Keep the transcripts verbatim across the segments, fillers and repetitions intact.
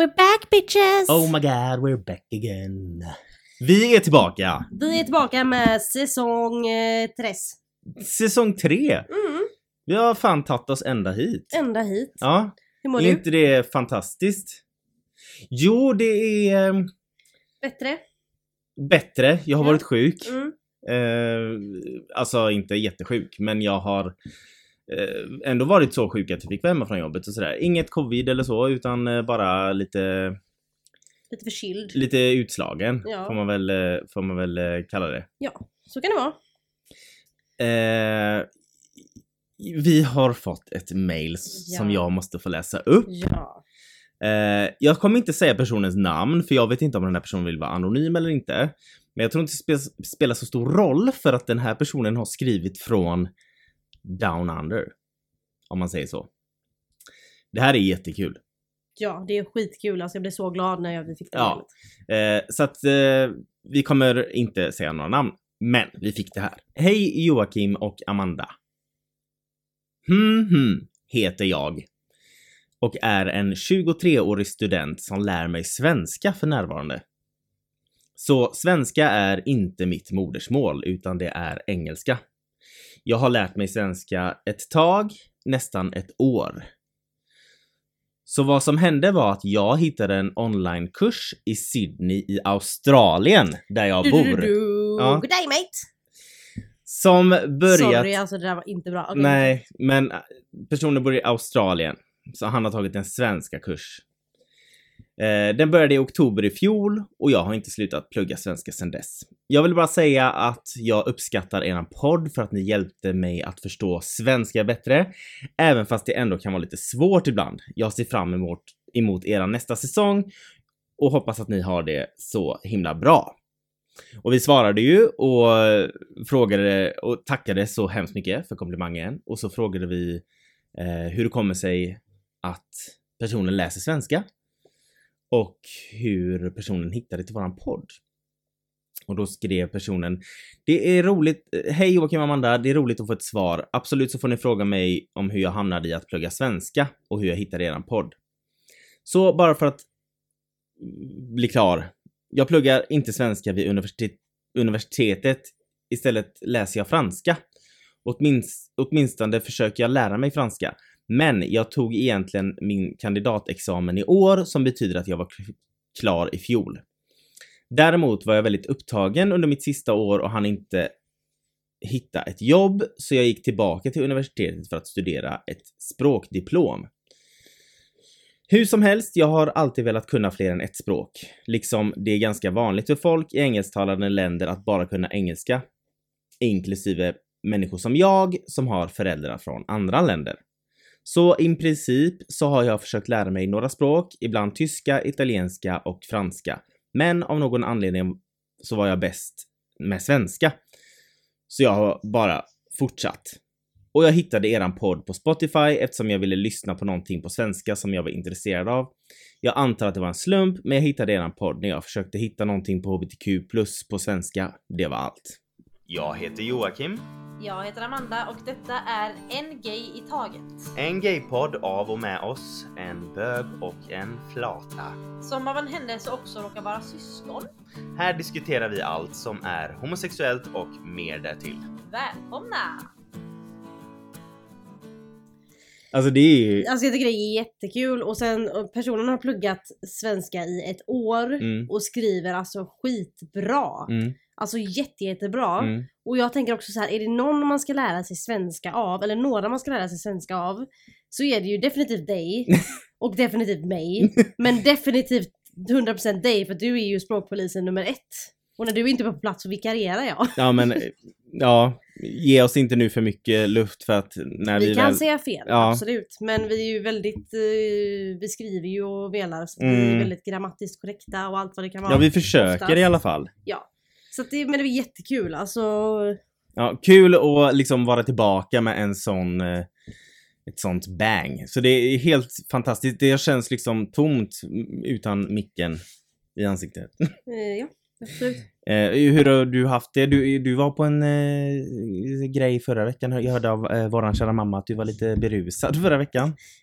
We're back bitches! Oh my god, we're back again. Vi är tillbaka. Vi är tillbaka med säsong eh, tres. Säsong tre. Mm. Vi har fan tagit oss ända hit. Ända hit. Ja. Hur mår är du? inte det fantastiskt? Jo, det är eh, Bättre? bättre. Jag har Ja. varit sjuk. Mm. Eh, alltså inte jättesjuk, men jag har eh, ändå varit så sjuk att jag fick vara hemma från jobbet och sådär. Inget covid eller så, utan eh, bara lite Lite förkyld. lite utslagen. Ja. Får man väl eh, får man väl eh, kalla det. Ja, så kan det vara. Eh, vi har fått ett mail som Ja. jag måste få läsa upp. Ja. Eh, jag kommer inte säga personens namn, för jag vet inte om den här personen vill vara anonym eller inte. Men jag tror inte det spe- spelar så stor roll, för att den här personen har skrivit från Down Under. Om man säger så. Det här är jättekul. Ja, det är skitkul. Alltså jag blev så glad när jag, vi fick det Ja. mailet. Eh, så att eh, vi kommer inte säga några namn. Men vi fick det här. Hej Joakim och Amanda. Hmm, hmm, heter jag. Och är en tjugotreårig student som lär mig svenska för närvarande. Så svenska är inte mitt modersmål, utan det är engelska. Jag har lärt mig svenska ett tag, nästan ett år. Så vad som hände var att jag hittade en onlinekurs i Sydney i Australien, där jag Du, bor. du, du, du. Ja. Good day mate! Som börjat... Sorry, alltså det där var inte bra. Okay. Nej, men personen bor i Australien. Så han har tagit en svenska kurs. Eh, den började i oktober i fjol och jag har inte slutat plugga svenska sedan dess. Jag vill bara säga att jag uppskattar eran podd för att ni hjälpte mig att förstå svenska bättre. Även fast det ändå kan vara lite svårt ibland. Jag ser fram emot, emot era nästa säsong och hoppas att ni har det så himla bra. Och vi svarade ju och frågade och tackade så hemskt mycket för komplimangen. Och så frågade vi eh, hur det kommer sig att personen läser svenska. Och hur personen hittade till våran podd. Och då skrev personen: det är roligt, hej Joakim och Amanda, det är roligt att få ett svar. Absolut så får ni fråga mig om hur jag hamnade i att plugga svenska och hur jag hittade eran podd. Så bara för att bli klar. Jag pluggar inte svenska vid universitet, universitetet. Istället läser jag franska. Åtminst, åtminstone försöker jag lära mig franska. Men jag tog egentligen min kandidatexamen i år, som betyder att jag var klar i fjol. Däremot var jag väldigt upptagen under mitt sista år och hann inte hitta ett jobb, så jag gick tillbaka till universitetet för att studera ett språkdiplom. Hur som helst, jag har alltid velat kunna fler än ett språk. Liksom det är ganska vanligt för folk i engelsktalande länder att bara kunna engelska. Inklusive människor som jag, som har föräldrar från andra länder. Så i princip så har jag försökt lära mig några språk, ibland tyska, italienska och franska. Men av någon anledning så var jag bäst med svenska. Så jag har bara fortsatt. Och jag hittade eran podd på Spotify eftersom jag ville lyssna på någonting på svenska som jag var intresserad av. Jag antar att det var en slump, men jag hittade eran podd när jag försökte hitta någonting på H B T Q plus på svenska. Det var allt. Jag heter Joakim. Jag heter Amanda och detta är En Gay i Taget. En gaypodd av och med oss, en bög och en flata. Som av en händelse också råkar vara syskon. Här diskuterar vi allt som är homosexuellt och mer därtill. Välkomna! Alltså det är ju... Alltså jag tycker det är jättekul. Och sen och personen har pluggat svenska i ett år Mm. och skriver alltså skitbra. Mm, Alltså jätte, jättebra. mm. Och jag tänker också så här, är det någon man ska lära sig svenska av, eller några man ska lära sig svenska av, så är det ju definitivt dig och definitivt mig. Men definitivt hundra procent dig, för du är ju språkpolisen nummer ett. Och när du inte är på plats så vikarierar jag. Ja men, ja, ge oss inte nu för mycket luft för att när vi, Vi kan väl... säga fel, Ja. absolut. Men vi är ju väldigt, eh, vi skriver ju och velar, så vi är Mm. väldigt grammatiskt korrekta och allt vad det kan vara. Ja, vi försöker oftast. i alla fall. Ja. Så att det, men det är jättekul, alltså. Ja, kul att liksom vara tillbaka med en sån, eh, ett sånt bang. Så det är helt fantastiskt. Det känns liksom tomt utan micken i ansiktet. Eh, ja, absolut. Eh, hur har du haft det? Du, du var på en eh, grej förra veckan. Jag hörde av eh, våran kära mamma att du var lite berusad förra veckan.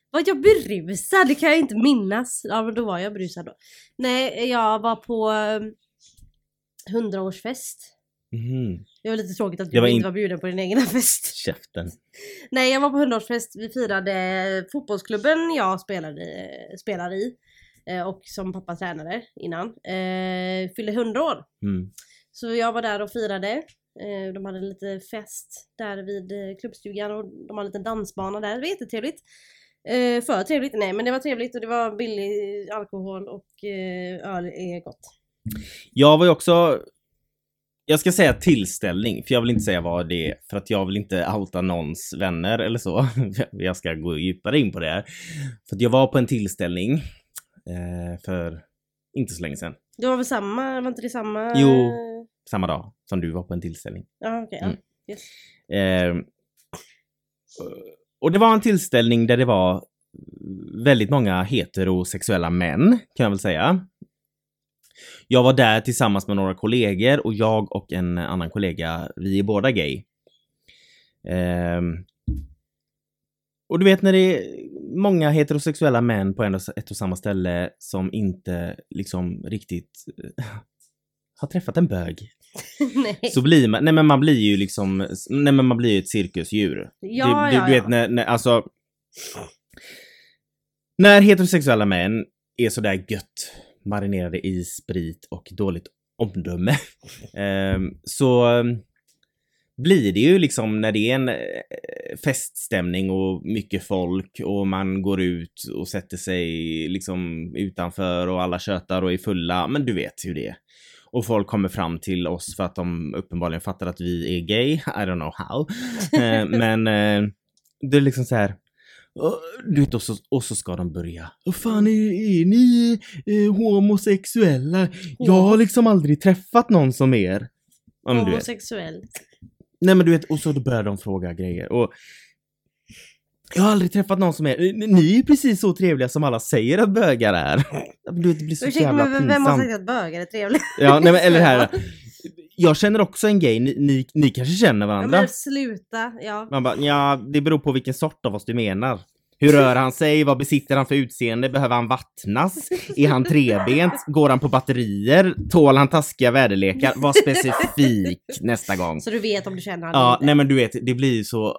Var jag berusad? Det kan jag inte minnas. Ja, men då var jag berusad då. Nej, jag var på um, hundraårsfest. Mm. Det var lite tråkigt att Det var du in- inte var bjuden på din egen fest. Käften. Nej, jag var på hundraårsfest. Vi firade fotbollsklubben jag spelade, spelar i. eh, Och som pappa tränade innan. Eh, fyllde hundra år. Mm. Så jag var där och firade. Eh, de hade lite fest där vid eh, klubbstugan. Och de hade en liten dansbana där. Det var jättetrevligt. Eh, för trevligt, nej men det var trevligt. Och det var billig alkohol och eh, öl är gott. Jag var ju också... Jag ska säga tillställning, för jag vill inte säga vad det är, för att jag vill inte outa någons vänner eller så. Jag ska gå djupare in på det här. För att jag var på en tillställning eh, för inte så länge sedan. Det var väl samma, var inte det samma? Jo. Samma dag som du var på en tillställning. Ja, okej. Okay, Mm. ja. Yes. Eh, och det var en tillställning där det var väldigt många heterosexuella män, kan jag väl säga. Jag var där tillsammans med några kollegor och jag och en annan kollega, vi är båda gay. Ehm, och du vet när det är många heterosexuella män på en och, ett och samma ställe som inte liksom riktigt uh, har träffat en bög. Nej. Så blir man, nej men man blir ju liksom, nej men man blir ju ett cirkusdjur. Ja, du, du, ja, du vet ja. när, när, alltså när heterosexuella män är sådär gött marinerade i sprit och dåligt omdöme ehm, så blir det ju liksom när det är en eh, feststämning och mycket folk och man går ut och sätter sig liksom utanför och alla tjötar och är fulla, men du vet hur det är. Och folk kommer fram till oss för att de uppenbarligen fattar att vi är gay. I don't know how. eh, men eh, det är liksom så här. Du vet, och så, och så ska de börja. Vad fan är, är ni eh, homosexuella? Jag har liksom aldrig träffat någon som er. Om du vet. Homosexuell. Nej men du vet, och så då börjar de fråga grejer. Och jag har aldrig träffat någon som är. Ni är ju precis så trevliga som alla säger att bögar är. Du vet, det blir så Ursäkta, jävla men vem har pinsamt. sagt att bögar är trevligt? Ja, nej men eller här. Jag känner också en gay. Ni, ni, ni kanske känner Ja, varandra. men sluta, ja. Man bara, ja, det beror på vilken sort av oss du menar. Hur rör han sig? Vad besitter han för utseende? Behöver han vattnas? Är han trebent? Går han på batterier? Tål han taskiga väderlekar? Var specifik nästa gång. Så du vet om du känner han Ja, inte. nej men du vet, det blir så...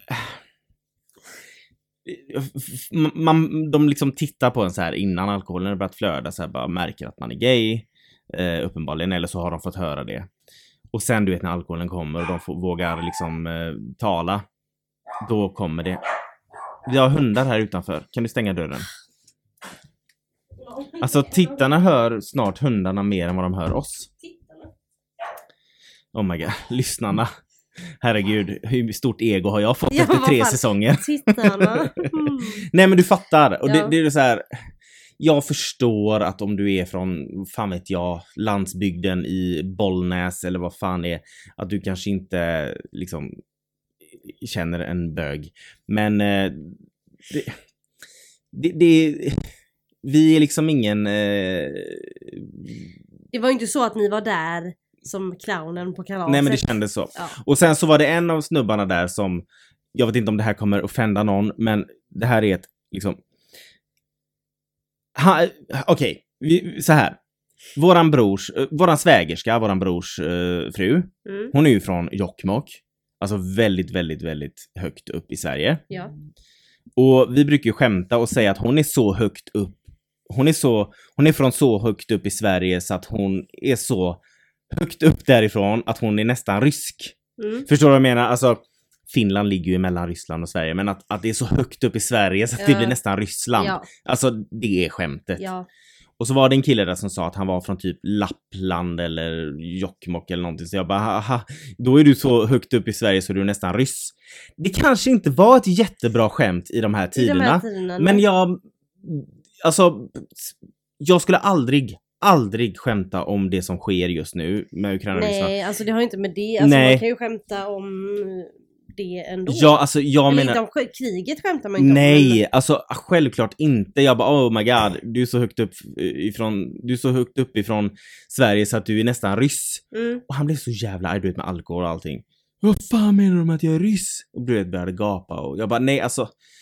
Man, de liksom tittar på en så här innan alkoholen har börjat flöda så här, bara märker att man är gay. Eh, uppenbarligen, eller så har de fått höra det. Och sen du vet när alkoholen kommer och de får, vågar liksom eh, tala. Då kommer det. Vi har hundar här utanför. Kan du stänga dörren? Alltså tittarna hör snart hundarna mer än vad de hör oss. Oh my god, lyssnarna. Herregud, hur stort ego har jag fått Ja, efter vad tre fan. säsonger? Tittarna. Mm. Nej men du fattar. Och Ja. det, det är så här. Jag förstår att om du är från, fan vet jag, landsbygden i Bollnäs eller vad fan det är, att du kanske inte liksom känner en bög. Men eh, det, det, det, vi är liksom ingen... Eh, Det var ju inte så att ni var där som clownen på kalaset. nej men det kändes så. Ja. Och sen så var det en av snubbarna där som, jag vet inte om det här kommer offenda någon, men det här är ett liksom... Okej, okay, så här. Våran brors, våran svägerska, våran brors uh, fru, Mm. hon är ju från Jokkmokk. Alltså väldigt, väldigt, väldigt högt upp i Sverige. Ja. Och vi brukar ju skämta och säga att hon är så högt upp. Hon är så, hon är från så högt upp i Sverige så att hon är så högt upp därifrån att hon är nästan rysk. Mm. Förstår du vad jag menar? Alltså, Finland ligger ju mellan Ryssland och Sverige, men att, att det är så högt upp i Sverige så att det Ja. blir nästan Ryssland. Ja. Alltså, det är skämtet. Ja. Och så var det en kille där som sa att han var från typ Lappland eller Jokkmokk eller någonting. Så jag bara, haha, då är du så högt upp i Sverige så du är nästan ryss. Det kanske inte var ett jättebra skämt i de här I tiderna. de här tiderna. Men jag, alltså, jag skulle aldrig, aldrig skämta om det som sker just nu med Ukraina och Ryssland. Nej, alltså det har inte med det. Alltså Nej. man kan ju skämta om det ändå. Ja, alltså jag Eller menar... inte om sk- kriget skämtar man inte Nej, om. alltså självklart inte. Jag bara, oh my god, du är så högt upp ifrån, du är så högt upp ifrån Sverige så att du är nästan ryss. Mm. Och han blev så jävla arg, du vet, med alkohol och allting. Vad fan menar de att jag är ryss? Och du vet, började gapa och jag bara, nej alltså,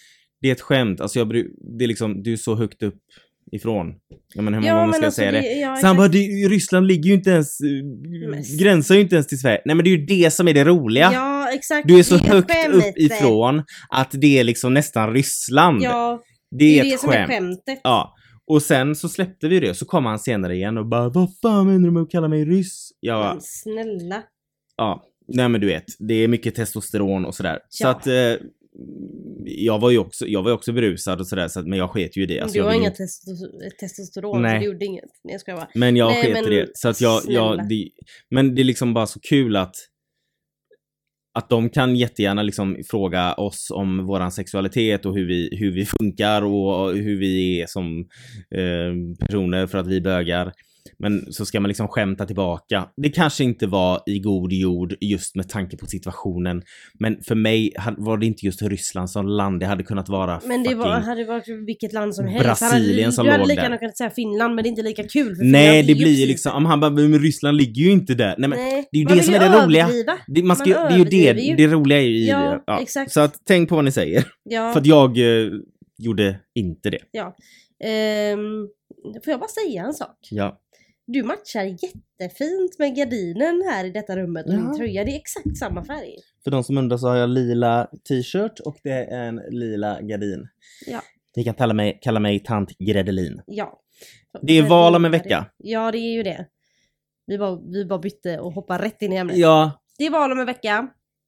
det är ett skämt. Alltså jag bry- det är liksom, du är så högt upp ifrån. Ja, men hur många Ja, gånger men ska jag alltså säga det? det- ja, Så han bara, exakt. det, Ryssland ligger ju inte ens, Mest. gränsar ju inte ens till Sverige. Nej, men det är ju det som är det roliga. Ja, exakt. Du är så Det högt skämt. upp ifrån att det är liksom nästan Ryssland. Ja, det är det är det ett som är skämt. skämtet. Ja. Och sen så släppte vi det, så kom han senare igen och bara, vad fan menar du med att kalla mig ryss? Ja, Men snälla. ja. Nej men du vet, det är mycket testosteron och sådär. Så Ja. att eh, jag var ju också, jag var ju också berusad och sådär, så att, men jag sket ju i det. Alltså, du jag har vill inga ju- testos- testosteron, Nej. så det gjorde inget. Nej, jag skojar bara. Men jag Nej, sket men i det. Så att jag, jag snälla. det, men det är liksom bara så kul att att de kan jättegärna liksom fråga oss om våran sexualitet och hur vi, hur vi funkar och hur vi är som eh, personer för att vi bögar. Men så ska man liksom skämta tillbaka. Det kanske inte var i god jord just med tanke på situationen. Men för mig var det inte just Ryssland som land. Det hade kunnat vara Men det fucking... var, hade varit vilket land som helst. Brasilien hade, som du hade låg lika där. gärna kunnat säga Finland, men det är inte lika kul. För Nej, Finland det är ju blir precis liksom... där. Om han bara, men Ryssland ligger ju inte där. Nej, men Nej, det är ju man det vill som ju är det roliga. överdriva. Det, man ska, Man det är ju det, överdriver ju. det roliga är ju i Ja, det. exakt. Så att tänk på vad ni säger. Ja, För att jag eh, gjorde inte det. ja. Ehm, får jag bara säga en sak? Ja. Du matchar jättefint med gardinen här i detta rummet och Ja. din tröja. Det är exakt samma färg. För de som undrar så har jag lila t-shirt och det är en lila gardin. Ja. Ni kan kalla mig, kalla mig tant Gredelin. Ja. Det är val om en vecka. Ja, det är ju det. Vi bara, vi bara bytte och hoppar rätt in i ämnet. Ja. Det är val om en vecka.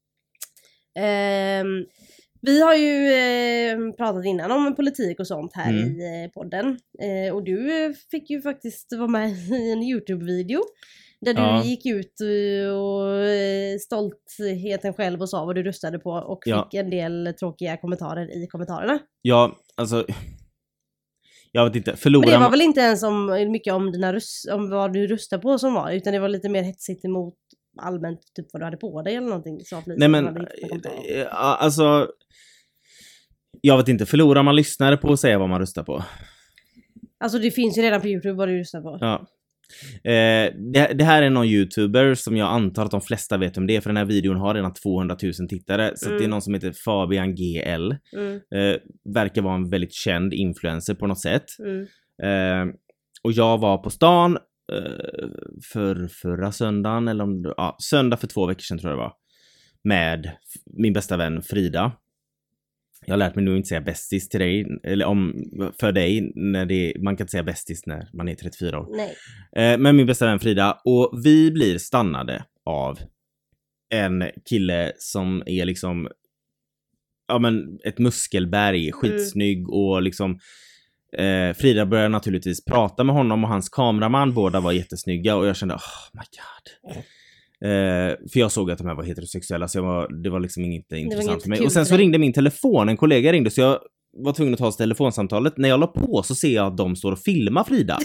Ehm, vi har ju eh, pratat innan om politik och sånt här Mm. i eh, podden. Eh, och du eh, fick ju faktiskt vara med i en YouTube-video. Där Ja. du gick ut eh, och eh, stoltheten själv och sa vad du röstade på. Och Ja. fick en del tråkiga kommentarer i kommentarerna. Ja, alltså... Jag vet inte. Men Förlorar det var man... väl inte ens om, mycket om, dina röst, om vad du röstade på som var. Utan det var lite mer hetsigt emot allmänt typ vad du hade på dig eller någonting. Så Nej men, eh, alltså... Jag vet inte. Förlorar man lyssnare på att säga vad man röstar på? Alltså det finns ju redan på YouTube vad du röstar på. Ja. Eh, det, det här är någon YouTuber som jag antar att de flesta vet om det är, för den här videon har redan tvåhundratusen tittare. Så Mm. att det är någon som heter Fabian G L. Mm, Eh, verkar vara en väldigt känd influencer på något sätt. mm, Eh, och jag var på stan eh, för förra söndagen, eller om det, ja, söndag för två veckor sedan tror jag det var. Med f- min bästa vän Frida. Jag har lärt mig nu inte säga bästis till dig, eller om, för dig, när det, man kan inte säga bästis när man är trettiofyra år. nej. Eh, med min bästa vän Frida, och vi blir stannade av en kille som är liksom, ja men ett muskelberg, skitsnygg och liksom eh, Frida börjar naturligtvis prata med honom och hans kameraman, båda var jättesnygga och jag kände, oh my god. Eh, för jag såg att de här var heterosexuella, så jag var, det var liksom inget intressant inget för mig. kul Och sen för så dig. ringde min telefon, en kollega ringde, så jag var tvungen att ta telefonsamtalet. När jag la på så ser jag att de står och filmar Frida.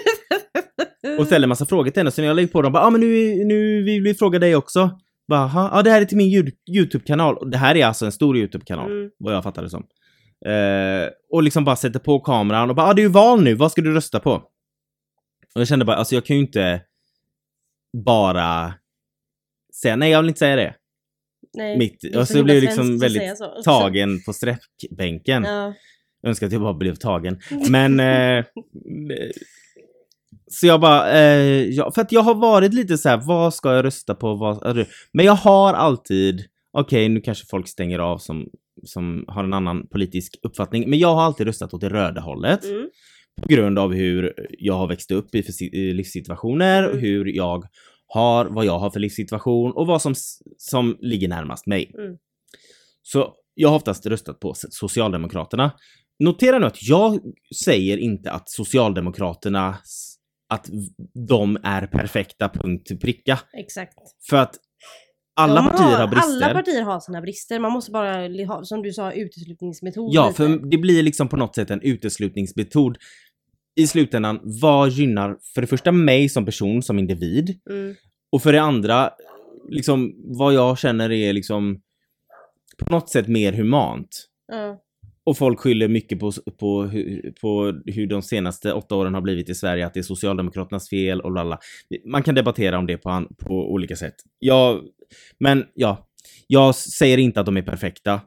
Och ställer massa frågor till henne. Så när jag lägger på dem, bara, ah, men nu, nu vill vi fråga dig också. Bara, ja ah, det här är till min Ju- YouTube-kanal. Och det här är alltså en stor YouTube-kanal, Mm. vad jag fattar det som. Eh, och liksom bara sätter på kameran och bara, ah, det är ju val nu, vad ska du rösta på? Och jag kände bara, alltså jag kan ju inte bara säga, nej jag vill inte säga det. nej. Mitt, Det är och så så blev jag himla liksom svenskt att väldigt säga så. tagen på sträckbänken. Ja. Jag önskar att jag bara blev tagen. Men... Eh, så jag bara... Eh, ja, för att jag har varit lite så här, vad ska jag rösta på? Vad, men jag har alltid... Okej, okay, nu kanske folk stänger av som, som har en annan politisk uppfattning. Men jag har alltid röstat åt det röda hållet. Mm. På grund av hur jag har växt upp i, för, i livssituationer. Mm. Och hur jag har, vad jag har för livssituation. Och vad som, som ligger närmast mig. Mm. Så jag har oftast röstat på Socialdemokraterna. Notera nu att jag säger inte att Socialdemokraterna, att de är perfekta punkt till pricka. Exakt. För att alla De partier har brister. Alla partier har sina brister. Man måste bara ha, som du sa, uteslutningsmetod. Ja, lite. för det blir liksom på något sätt en uteslutningsmetod. I slutändan, vad gynnar för det första mig som person, som individ. Mm. Och för det andra, liksom vad jag känner är liksom på något sätt mer humant. Ja. Och folk skyller mycket på, på, hu- på hur de senaste åtta åren har blivit i Sverige, att det är Socialdemokraternas fel och lalla. Man kan debattera om det på, an, på olika sätt. Jag, men ja, jag säger inte att de är perfekta.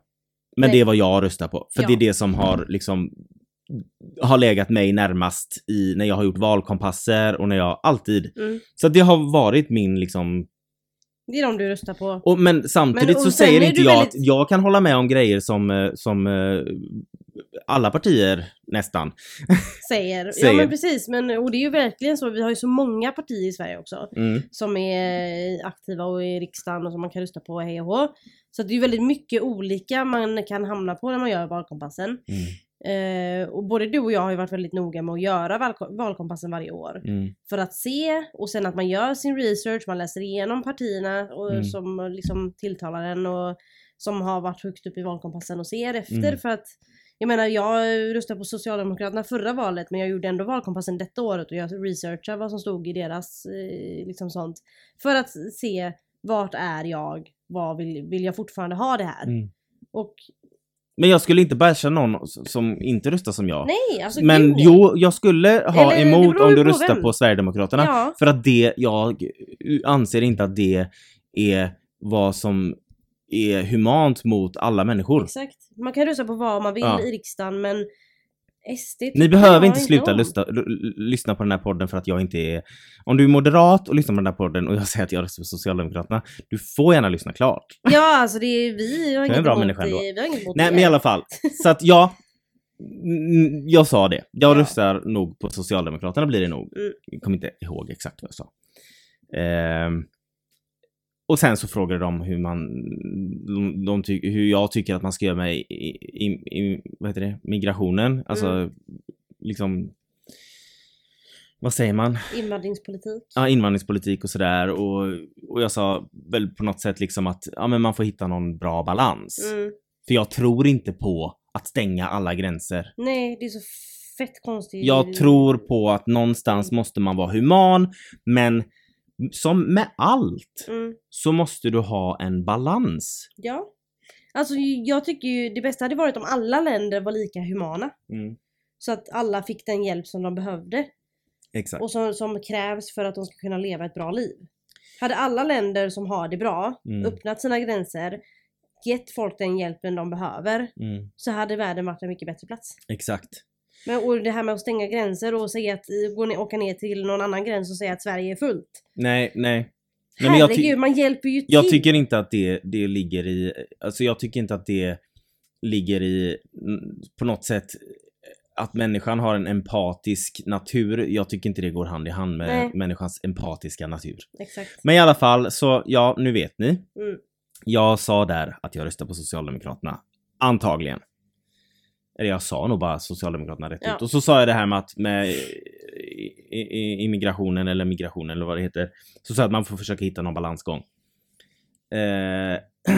Men Nej. det är vad jag röstar på. För Ja. det är det som har liksom har legat mig närmast i när jag har gjort valkompasser och när jag alltid. Mm. Så det har varit min liksom. Det är de du röstar på. Och, men samtidigt Men, och så sen säger är inte du jag väldigt- att jag kan hålla med om grejer som, eh, som eh, alla partier nästan. Säger. Säger. Ja men precis, men, och det är ju verkligen så, vi har ju så många partier i Sverige också. Mm. Som är aktiva och i riksdagen och som man kan rösta på hej och hå. Så det är ju väldigt mycket olika man kan hamna på när man gör valkompassen. Mm. Eh, och både du och jag har ju varit väldigt noga med att göra valko- valkompassen varje år. Mm. För att se, och sen att man gör sin research, man läser igenom partierna och, Mm. som liksom tilltalar en och som har varit högt upp i valkompassen och ser efter. Mm. För att jag menar, jag röstade på Socialdemokraterna förra valet, men jag gjorde ändå valkompassen detta året och jag researchade vad som stod i deras eh, liksom sånt. För att se vart är jag, vad vill, vill jag fortfarande ha det här? Mm. Och Men jag skulle inte basha någon som inte röstar som jag. nej, alltså Men gud, nej. jo, jag skulle ha Eller, det emot beror om ju du på röstar vem. på Sverigedemokraterna. Ja. För att det, jag anser inte att det är vad som är humant mot alla människor. Exakt. Man kan rösta på vad man vill Ja. i riksdagen, men S D Ni tycker behöver jag inte sluta om. lyssna, l- lyssna på den här podden för att jag inte är... Om du är moderat och lyssnar på den här podden och jag säger att jag röstar på Socialdemokraterna, du får gärna lyssna klart. Ja, alltså det är vi har är inget en bra emot människa det. ändå. Vi har inget emot Nej, det. men i alla fall. Så att ja, mm, jag sa det. Jag Ja. röstar nog på Socialdemokraterna blir det nog. Mm. Jag kommer inte ihåg exakt vad jag sa. Ehm, och sen så frågade de hur man, de, de ty, hur jag tycker att man ska göra med i, i, i vad heter det? Migrationen. Alltså, Mm. liksom, vad säger man? Invandringspolitik. Ja, invandringspolitik och sådär. Och, och jag sa väl på något sätt liksom att ja, men man får hitta någon bra balans. Mm. För jag tror inte på att stänga alla gränser. Nej, det är så fett konstigt. Jag tror på att någonstans måste man vara human, men som med allt Mm. så måste du ha en balans. Ja. Alltså jag tycker ju det bästa hade varit om alla länder var lika humana. Mm. Så att alla fick den hjälp som de behövde. Exakt. Och som, som krävs för att de ska kunna leva ett bra liv. Hade alla länder som har det bra Mm. öppnat sina gränser, gett folk den hjälpen de behöver, Mm. så hade världen varit en mycket bättre plats. Exakt. Men och det här med att stänga gränser och säga att gå ner, åka ner till någon annan gräns och säga att Sverige är fullt. Nej, nej. Nej, men jag, Herregud, ty- man hjälper ju till. jag tycker inte att det, det ligger i, alltså jag tycker inte att det ligger i mm, på något sätt att människan har en empatisk natur. Jag tycker inte det går hand i hand med Nej. människans empatiska natur. Exakt. Men i alla fall, så ja, nu vet ni. Mm. Jag sa där att jag röstar på Socialdemokraterna. Antagligen. Eller jag sa nog bara Socialdemokraterna rätt Ja. ut. Och så sa jag det här med att med i- i- immigrationen eller migrationen eller vad det heter. Så sa jag att man får försöka hitta någon balansgång. Eh,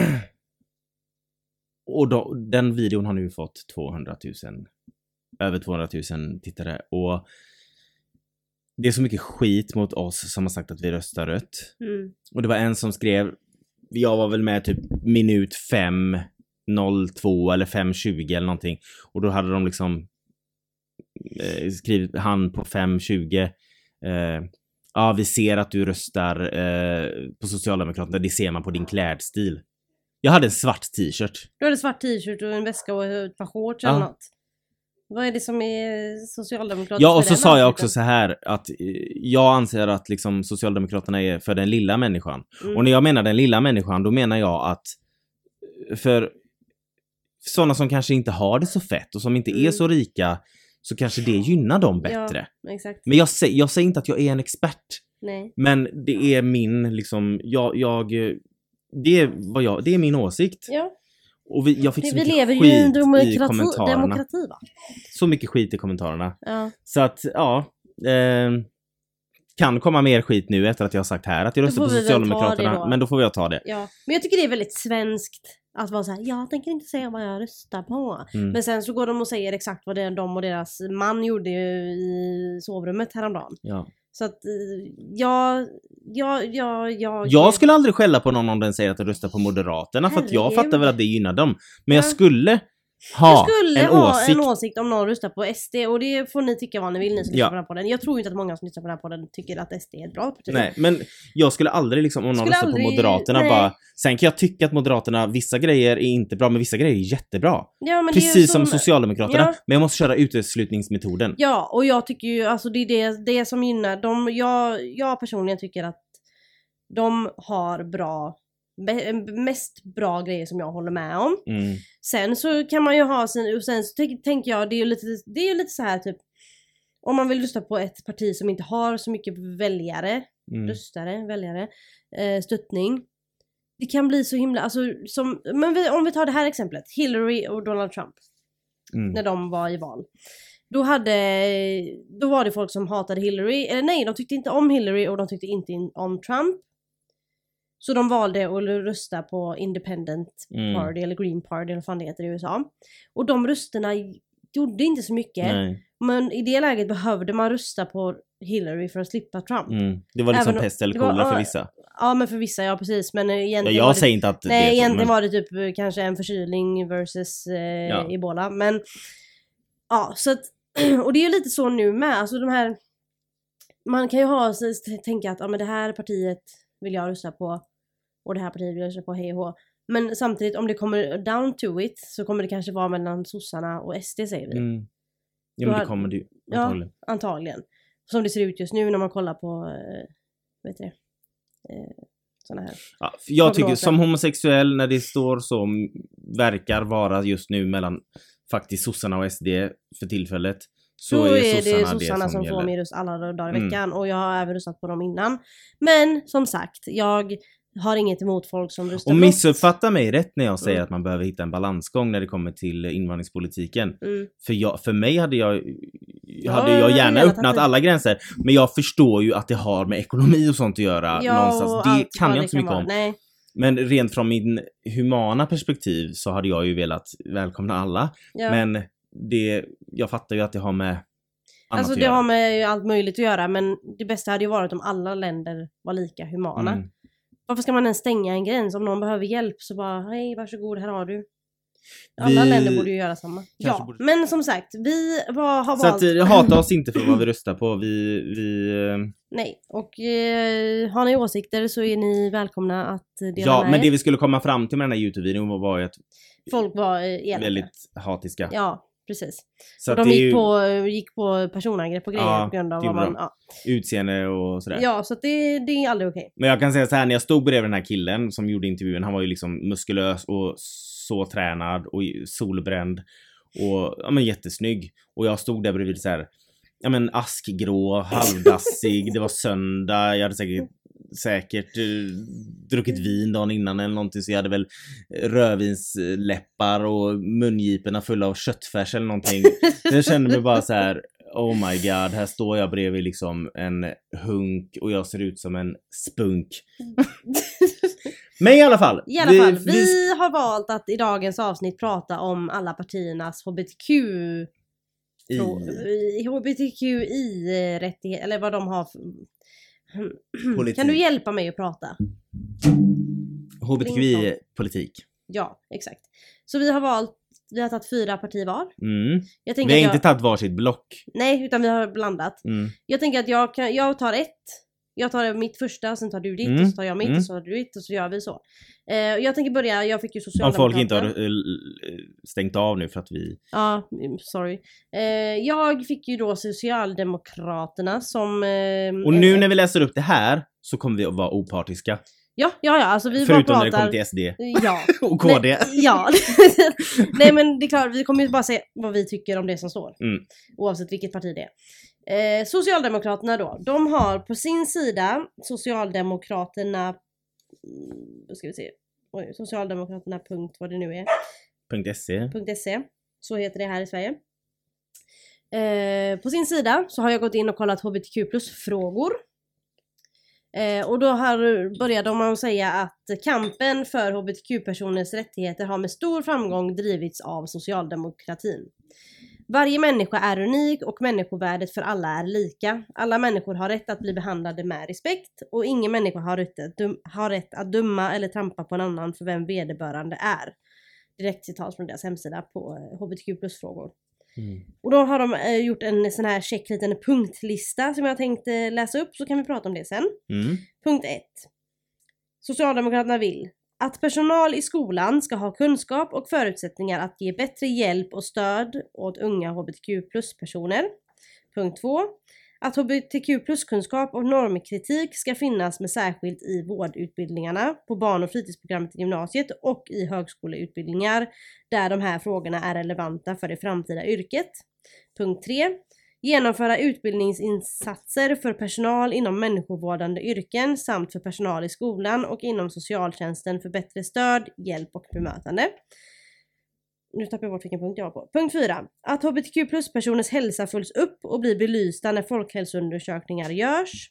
och då, den videon har nu fått tvåhundratusen. Över tvåhundratusen tittare. Och det är så mycket skit mot oss som har sagt att vi röstar rött. Mm. Och det var en som skrev, jag var väl med typ minut fem noll två eller fem tjugo eller någonting. Och då hade de liksom eh, skrivit han på fem tjugo. Eh, ja, vi ser att du röstar eh, på Socialdemokraterna. Det ser man på din klädstil. Jag hade en svart t-shirt. Du hade svart t-shirt och en väska och ett par shorts Ja. eller något. Vad är det som är socialdemokratiskt? Ja, och med så den sa jag outfiten? också så här att eh, jag anser att liksom Socialdemokraterna är för den lilla människan. Mm. Och när jag menar den lilla människan, då menar jag att för sådana som kanske inte har det så fett och som inte Mm. är så rika, så kanske det gynnar dem bättre. Ja, exakt. Men jag, sä- jag säger inte att jag är en expert, Nej. men det är min liksom, jag, jag det är vad jag, det är min åsikt. Ja, Och vi, jag fick det, så vi mycket lever ju skit i en i demokrati, kommentarerna. demokrati va? Så mycket skit i kommentarerna. Ja. Så att, ja. Eh, kan komma mer skit nu efter att jag har sagt här att jag Då röstar får på vi väl ta Socialdemokraterna. det då. Men då får jag ta det. Ja. Men jag tycker det är väldigt svenskt att vara så här: jag tänker inte säga vad jag röstar på. Mm. Men sen så går de och säger exakt vad det, de och deras man gjorde i sovrummet häromdagen. Ja. Så att eh, jag, jag, jag, jag... Jag skulle aldrig skälla på någon om den säger att den röstar på Moderaterna, för att jag Herregud. fattar väl att det gynnar dem. Men Ja. jag skulle ha jag skulle en ha åsikt. en åsikt om någon röstar på S D och det får ni tycka vad ni vill, ni som Ja. lyssnar på den här podden. Jag tror inte att många som lyssnar på den här podden tycker att S D är ett bra parti. Nej, men jag skulle aldrig liksom, om någon Skulle röstar aldrig- på Moderaterna nej. bara, sen kan jag tycka att Moderaterna, vissa grejer är inte bra, men vissa grejer är jättebra. Ja, men det är ju Precis som Socialdemokraterna, Ja. men jag måste köra uteslutningsmetoden. Ja, och jag tycker ju, alltså det är det, det som gynnar dem. Jag, jag personligen tycker att de har bra, be, mest bra grejer som jag håller med om. Mm. Sen så kan man ju ha sin, och sen så tänk, tänker jag, det är ju lite, det är ju lite så här typ, om man vill rösta på ett parti som inte har så mycket väljare, Mm. röstare, väljare, eh, stöttning. Det kan bli så himla, alltså som, men vi, om vi tar det här exemplet, Hillary och Donald Trump. Mm. När de var i val. Då hade, då var det folk som hatade Hillary, eller nej, de tyckte inte om Hillary och de tyckte inte in, om Trump. Så de valde att rösta på Independent Mm. Party eller Green Party eller vad fan det heter i U S A. Och de rösterna gjorde inte så mycket. Nej. Men i det läget behövde man rösta på Hillary för att slippa Trump. Mm. Det var liksom Även om- pest eller det var- kolera för ja, vissa. Ja, men för vissa, ja precis. Men Ja, egentligen jag var det, säger inte att det nej, är så, egentligen men... var det typ eh, kanske en förkylning versus eh, Ja. Ebola. Men ja, så att, och det är ju lite så nu med. Alltså de här, man kan ju ha, så, tänka att ja, men det här partiet vill jag rösta på och det här partiet vill jag rösta på, hej och hå. Men samtidigt om det kommer down to it så kommer det kanske vara mellan sossarna och S D, säger vi. Mm. Ja, men Då- det kommer du Ja, antagligen. antagligen. Som det ser ut just nu när man kollar på, eh, vet du det, eh, såna här. Ja, för jag tycker prognoser. som homosexuell, när det står så, m- verkar vara just nu mellan faktiskt sossarna och S D för tillfället, så Då är, är sossarna det sossarna det som, som får min gäller. röst alla dagar i Mm. veckan. Och jag har även röstat på dem innan. Men som sagt, jag har inget emot folk som röstar Och blått. missuppfatta mig rätt när jag säger Mm. att man behöver hitta en balansgång när det kommer till invandringspolitiken. Mm. För, jag, för mig hade jag, Ja, hade jag gärna hela öppnat tiden. alla gränser. Men jag förstår ju att det har med ekonomi och sånt att göra Ja, någonstans. och Det allt kan vad jag det inte så mycket vara. om. Nej. Men rent från min humana perspektiv så hade jag ju velat välkomna alla. Ja. Men det, jag fattar ju att det har med annat Alltså att det göra. har med allt möjligt att göra, men det bästa hade ju varit om alla länder var lika humana. Mm. Varför ska man ens stänga en gräns? Om någon behöver hjälp så bara, hej varsågod, här har du. Alla Vi- länder borde ju göra samma. Ja, borde- men som sagt, vi var, har Så valt... att eh, hata oss inte för vad vi röstar på. Vi, vi eh, Nej, och eh, har ni åsikter så är ni välkomna att dela ja, med men er. det vi skulle komma fram till med den här YouTube-videon var, var ju att Folk var eh, elaka. väldigt hatiska. Ja, precis. Så Och att de det är gick, ju på, gick på personangrepp och grejer Ja, på grund av det vad gjorde man... de. Ja, utseende och sådär. ja så att det, det är aldrig okej. Men jag kan säga så här, när jag stod bredvid den här killen som gjorde intervjun, han var ju liksom muskulös och så tränad och solbränd och ja, men jättesnygg. Och jag stod där bredvid så här, ja men askgrå, halvdassig, det var söndag, jag hade säkert säkert eh, druckit vin dagen innan eller någonting, så jag hade väl rödvinsläppar och mungiporna fulla av köttfärs eller någonting. Så jag kände mig bara så här: oh my god, här står jag bredvid liksom en hunk och jag ser ut som en spunk. Men i alla fall. I alla fall, vi, vi har valt att i dagens avsnitt prata om alla partiernas H B T Q i, H B T Q I-rättigheter, eller vad de har för... Politik. Kan du hjälpa mig att prata? H B T Q I-politik. Ja, exakt. Så vi har valt, vi har tagit fyra partier var. Mm. Jag tänker Vi har att inte jag, tagit varsitt block. nej, utan vi har blandat. Mm. Jag tänker att jag, kan, jag tar ett. Jag tar mitt första, sen tar du ditt, Mm. och så tar jag mitt, Mm. och så tar du ditt, och så gör vi så. Eh, jag tänker börja, jag fick ju Om Socialdemokraterna. folk inte har eh, stängt av nu för att vi... Ja, mm, sorry. Eh, jag fick ju då Socialdemokraterna som... Eh, Och nu när vi läser upp det här så kommer vi att vara opartiska. Ja, ja, ja, alltså vi Förutom bara när det pratar... kommer till S D Ja. och K D. Nej, ja. Nej men det är klart, vi kommer ju bara säga vad vi tycker om det som står. Mm. Oavsett vilket parti det är. Eh, Socialdemokraterna då, de har på sin sida Socialdemokraterna... mm, Då ska vi se. Oj, Socialdemokraterna punkt vad det nu är. .se. .se. Så heter det här i Sverige. Eh, på sin sida så har jag gått in och kollat H B T Q plus frågor. Eh, och då har, började de med att säga att kampen för H B T Q-personers rättigheter har med stor framgång drivits av socialdemokratin. Varje människa är unik och människovärdet för alla är lika. Alla människor har rätt att bli behandlade med respekt och ingen människa har rätt att, dum- har rätt att döma eller trampa på en annan för vem vederbörande är. direkt citat från deras hemsida på H B T Q plus-frågor. Mm. Och då har de eh, gjort en sån här check liten punktlista som jag tänkte läsa upp, så kan vi prata om det sen. Mm. Punkt ett. Socialdemokraterna vill att personal i skolan ska ha kunskap och förutsättningar att ge bättre hjälp och stöd åt unga H B T Q plus-personer. Punkt två. Att H B T Q plus-kunskap och normkritik ska finnas med särskilt i vårdutbildningarna på barn- och fritidsprogrammet i gymnasiet och i högskoleutbildningar där de här frågorna är relevanta för det framtida yrket. Punkt tre. Genomföra utbildningsinsatser för personal inom människovårdande yrken samt för personal i skolan och inom socialtjänsten för bättre stöd, hjälp och bemötande. Nu tappar jag bort vilken punkt jag var på. Punkt fyra. Att H B T Q plus-personers hälsa följs upp och blir belysta när folkhälsoundersökningar görs.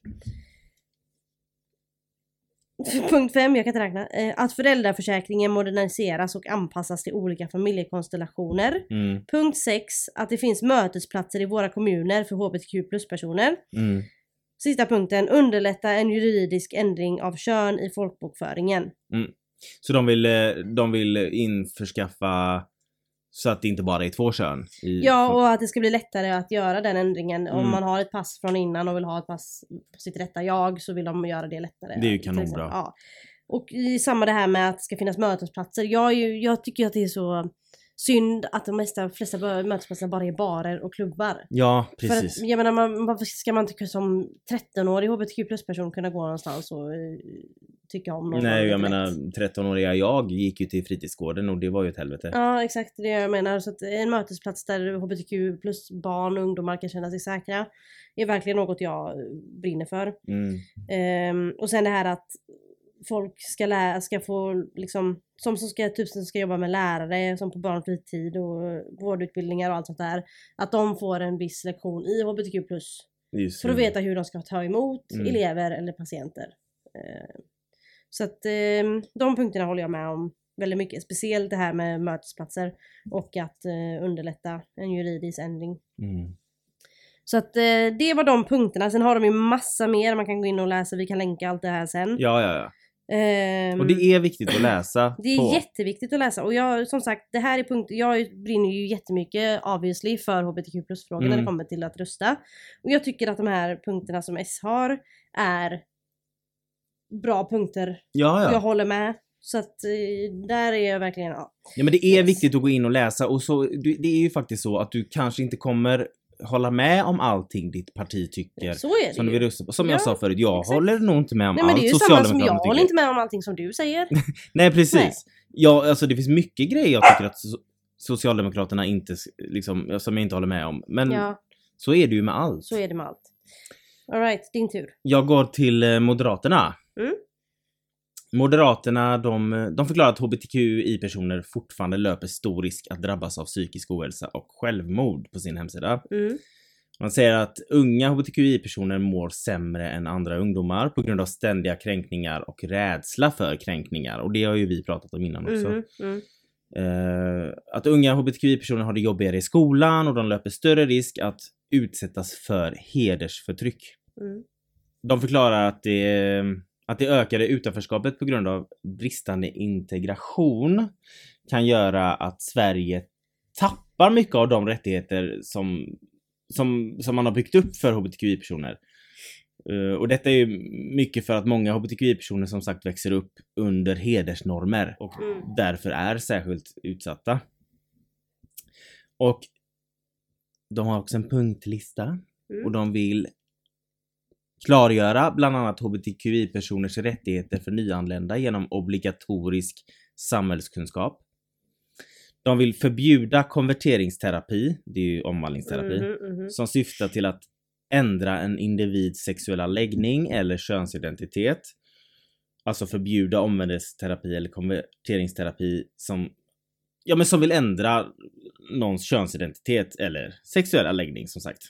Punkt fem, jag kan inte räkna. Att föräldraförsäkringen moderniseras och anpassas till olika familjekonstellationer. Mm. Punkt sex. Att det finns mötesplatser i våra kommuner för H B T Q plus-personer. Mm. Sista punkten. Underlätta en juridisk ändring av kön i folkbokföringen. Mm. Så de vill, de vill införskaffa så att det inte bara är två kön. I Ja, och att det ska bli lättare att göra den ändringen. Mm. Om man har ett pass från innan och vill ha ett pass på sitt rätta jag, så vill de göra det lättare. Det är ju till kanonbra. exempel. Ja. Och i samma det här med att det ska finnas mötesplatser. Jag, är ju, jag tycker att det är så synd att de mesta, flesta mötesplatserna bara är barer och klubbar. Ja, För precis. att, jag menar, man, varför ska man inte som tretton-årig H B T Q plus-person kunna gå någonstans och uh, tycka om någon? Nej, jag lite menar lätt? tretton-åriga jag gick ju till fritidsgården och det var ju ett helvete. Ja, exakt det jag menar. Så att en mötesplats där H B T Q plus barn och ungdomar kan känna sig säkra är verkligen något jag brinner för. Mm. Um, och sen det här att folk ska lära, ska få liksom, som som ska, typ som ska jobba med lärare som på barn och fritid och vårdutbildningar och allt sånt där, att de får en viss lektion i H B T Q plus för att veta hur de ska ta emot Mm. elever eller patienter. Uh, så att uh, de punkterna håller jag med om väldigt mycket, speciellt det här med mötesplatser och att uh, underlätta en juridisk ändring. Mm. Så att uh, det var de punkterna. Sen har de ju massa mer man kan gå in och läsa, vi kan länka allt det här sen. Ja, ja, ja. Um, Och det är viktigt att läsa. Det är på. jätteviktigt att läsa. Och jag, som sagt, det här är punkter, jag brinner ju jättemycket obviously för H B T Q plus-frågan Mm. när det kommer till att rösta. Och jag tycker att de här punkterna som S har är bra punkter. Ja, Jag ja. håller med. Så att eh, där är jag verkligen, ja. Ja, men det är Yes. viktigt att gå in och läsa och så, du- det är ju faktiskt så att du kanske inte kommer hålla med om allting ditt parti tycker. Så är det Som du ju. vill rösta på. Som Ja, jag sa förut, jag exakt. håller nog inte med om Nej men allt det är ju samma som jag Socialdemokraterna håller tycker. inte med om allting som du säger. Nej, precis. Nej. Ja, alltså det finns mycket grejer jag tycker att so- Socialdemokraterna inte, liksom, som jag inte håller med om. Men Ja, så är det ju med allt. så är det med allt. Alright, din tur. Jag går till eh, Moderaterna. Mm. Moderaterna, de, de förklarar att H B T Q I-personer fortfarande löper stor risk att drabbas av psykisk ohälsa och självmord på sin hemsida. Mm. Man säger att unga H B T Q I-personer mår sämre än andra ungdomar på grund av ständiga kränkningar och rädsla för kränkningar. Och det har ju vi pratat om innan också. Mm. Mm. Eh, att unga H B T Q I-personer har det jobbigare i skolan och de löper större risk att utsättas för hedersförtryck. Mm. De förklarar att det, att det ökade utanförskapet på grund av bristande integration kan göra att Sverige tappar mycket av de rättigheter som, som, som man har byggt upp för H B T Q I-personer. Uh, och detta är ju mycket för att många H B T Q I-personer som sagt växer upp under hedersnormer och Mm. därför är särskilt utsatta. Och de har också en punktlista Mm. och de vill klargöra bland annat H B T Q I-personers rättigheter för nyanlända genom obligatorisk samhällskunskap. De vill förbjuda konverteringsterapi, det är ju omvandlingsterapi, Mhm, mhm. som syftar till att ändra en individs sexuella läggning eller könsidentitet. Alltså förbjuda omvändelseterapi eller konverteringsterapi som, ja, men som vill ändra någons könsidentitet eller sexuella läggning, som sagt.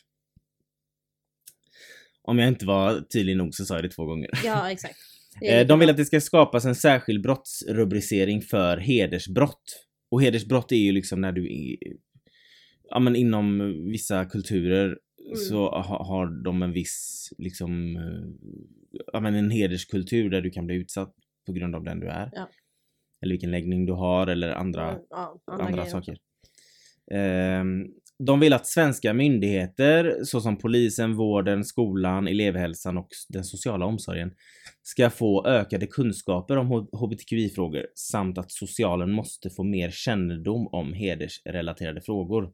Om jag inte var tydlig nog så sa jag det två gånger. Ja, exakt. Det är Eh, De vill bra. att det ska skapas en särskild brottsrubricering för hedersbrott. Och hedersbrott är ju liksom när du är, ja, men inom vissa kulturer Mm. så ha, har de en viss liksom, eh, ja, men en hederskultur där du kan bli utsatt på grund av den du är. Ja. eller vilken läggning du har eller andra, ja, andra, andra saker. Eh, de vill att svenska myndigheter såsom polisen, vården, skolan, elevhälsan och den sociala omsorgen ska få ökade kunskaper om H B T Q I-frågor samt att socialen måste få mer kännedom om hedersrelaterade frågor.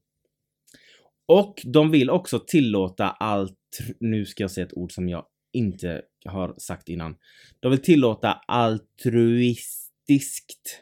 Och de vill också tillåta allt, nu ska jag säga ett ord som jag inte har sagt innan. De vill tillåta altruistiskt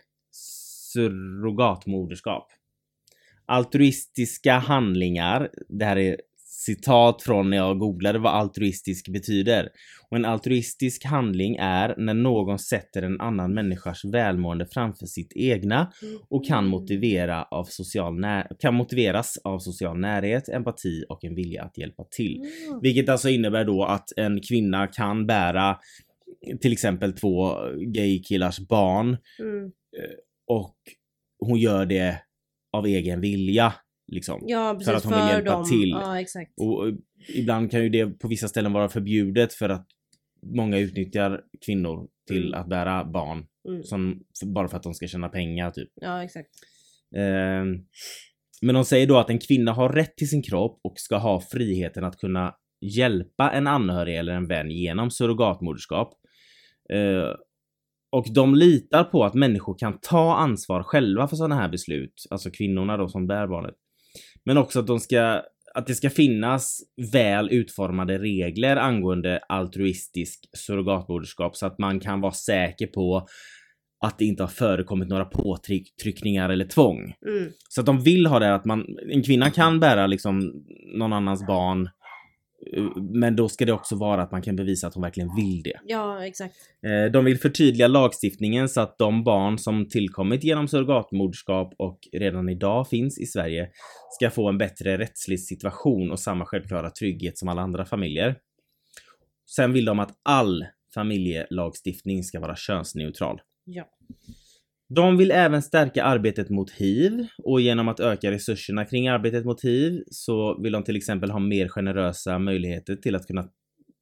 surrogatmoderskap. Altruistiska handlingar, det här är citat från när jag googlade vad altruistisk betyder. Och en altruistisk handling är när någon sätter en annan människas välmående framför sitt egna och kan, motivera av social när- kan motiveras av social närhet, empati och en vilja att hjälpa till. Mm. Vilket alltså innebär då att en kvinna kan bära till exempel två gaykillars barn Mm. och hon gör det av egen vilja liksom. Ja, precis, för att hon vill hjälpa dem. till. Ja, exakt. Och ibland kan ju det på vissa ställen vara förbjudet för att många utnyttjar kvinnor till Mm. att bära barn Mm. som, bara för att de ska tjäna pengar typ. Ja, exakt. Eh, men de säger då att en kvinna har rätt till sin kropp och ska ha friheten att kunna hjälpa en anhörig eller en vän genom surrogatmoderskap. Eh, och de litar på att människor kan ta ansvar själva för sådana här beslut, alltså kvinnorna då som bär barnet. Men också att de ska att det ska finnas väl utformade regler angående altruistisk surrogatmoderskap så att man kan vara säker på att det inte har förekommit några påtryckningar eller tvång. Mm. Så att de vill ha det att man, en kvinna kan bära liksom någon annans barn, men då ska det också vara att man kan bevisa att hon verkligen vill det. Ja, exakt. De vill förtydliga lagstiftningen så att de barn som tillkommit genom surrogatmoderskap och redan idag finns i Sverige ska få en bättre rättslig situation och samma självklara trygghet som alla andra familjer. Sen vill de att all familjelagstiftning ska vara könsneutral. Ja. De vill även stärka arbetet mot hiv och genom att öka resurserna kring arbetet mot hiv så vill de till exempel ha mer generösa möjligheter till att kunna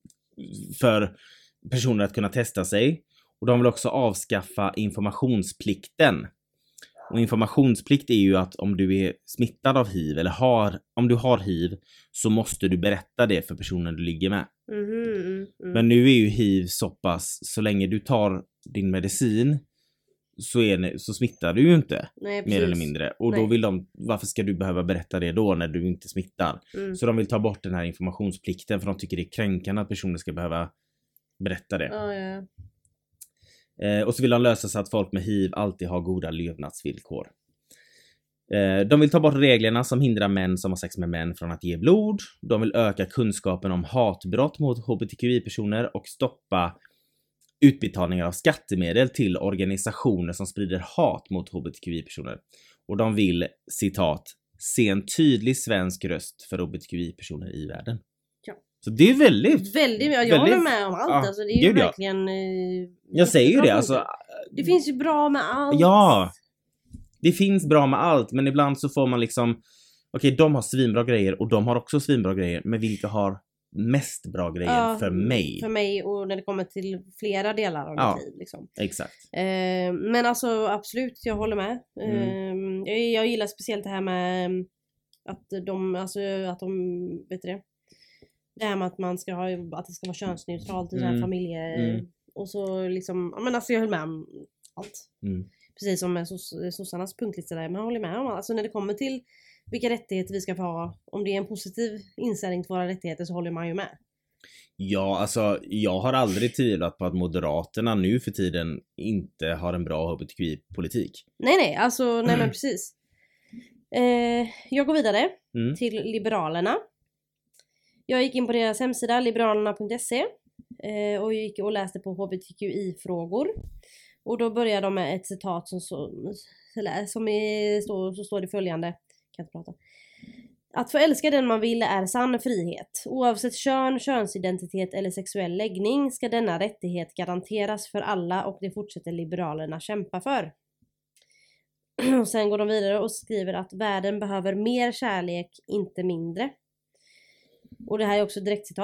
för personer att kunna testa sig. Och de vill också avskaffa informationsplikten. Och informationsplikt är ju att om du är smittad av hiv eller har, om du har hiv så måste du berätta det för personen du ligger med. Mm, mm, mm. Men nu är ju hiv så pass, så länge du tar din medicin så, är, så smittar du ju inte. Nej, mer eller mindre. Och Nej. då vill de, varför ska du behöva berätta det då när du inte smittar? Mm. Så de vill ta bort den här informationsplikten för de tycker det är kränkande att personer ska behöva berätta det. Ja, ja. Eh, och så vill de lösa så att folk med hiv alltid har goda levnadsvillkor. Eh, de vill ta bort reglerna som hindrar män som har sex med män från att ge blod. De vill öka kunskapen om hatbrott mot H B T Q I-personer och stoppa utbetalningar av skattemedel till organisationer som sprider hat mot H B T Q I-personer. Och de vill, citat, se en tydlig svensk röst för H B T Q I-personer i världen. Ja. Så det är väldigt... Väldigt, jag väldigt, håller med om allt. ja, Alltså, det är ju gud, ja. verkligen... Eh, Jag säger ju det, jättebra alltså... punkter. Det finns ju bra med allt. Ja! Det finns bra med allt, men ibland så får man liksom... Okej, okay, de har svinbra grejer och de har också svinbra grejer, men vilka har mest bra grejer Ja, för mig? För mig och när det kommer till flera delar av Ja. mitt liv. Liksom. Exakt. Eh, men alltså absolut, jag håller med. Mm. Eh, jag, jag gillar speciellt det här med att de, alltså att de, vet du det? Det här med att man ska ha, att det ska vara könsneutralt i Mm. så här familje... Mm. Och så liksom, ja, men alltså jag höll med om allt. Mm. Precis som med sos- sossarnas punktlista där, men jag håller med om allt. Alltså när det kommer till vilka rättigheter vi ska få ha, om det är en positiv inställning till våra rättigheter så håller man ju med. Ja, alltså jag har aldrig tvivlat på att Moderaterna nu för tiden inte har en bra H B T Q I-politik. Nej nej, alltså nej men precis. Eh, jag går vidare Mm. till Liberalerna. Jag gick in på deras hemsida liberalerna punkt se eh, och gick och läste på H B T Q I-frågor. Och då börjar de med ett citat som, så, eller, som är, så, så står det följande. Kan inte prata. Att få älska den man vill är sann frihet. Oavsett kön, könsidentitet eller sexuell läggning ska denna rättighet garanteras för alla och det fortsätter Liberalerna kämpa för. Och sen går de vidare och skriver att världen behöver mer kärlek, inte mindre. Och det här är också direktcitat.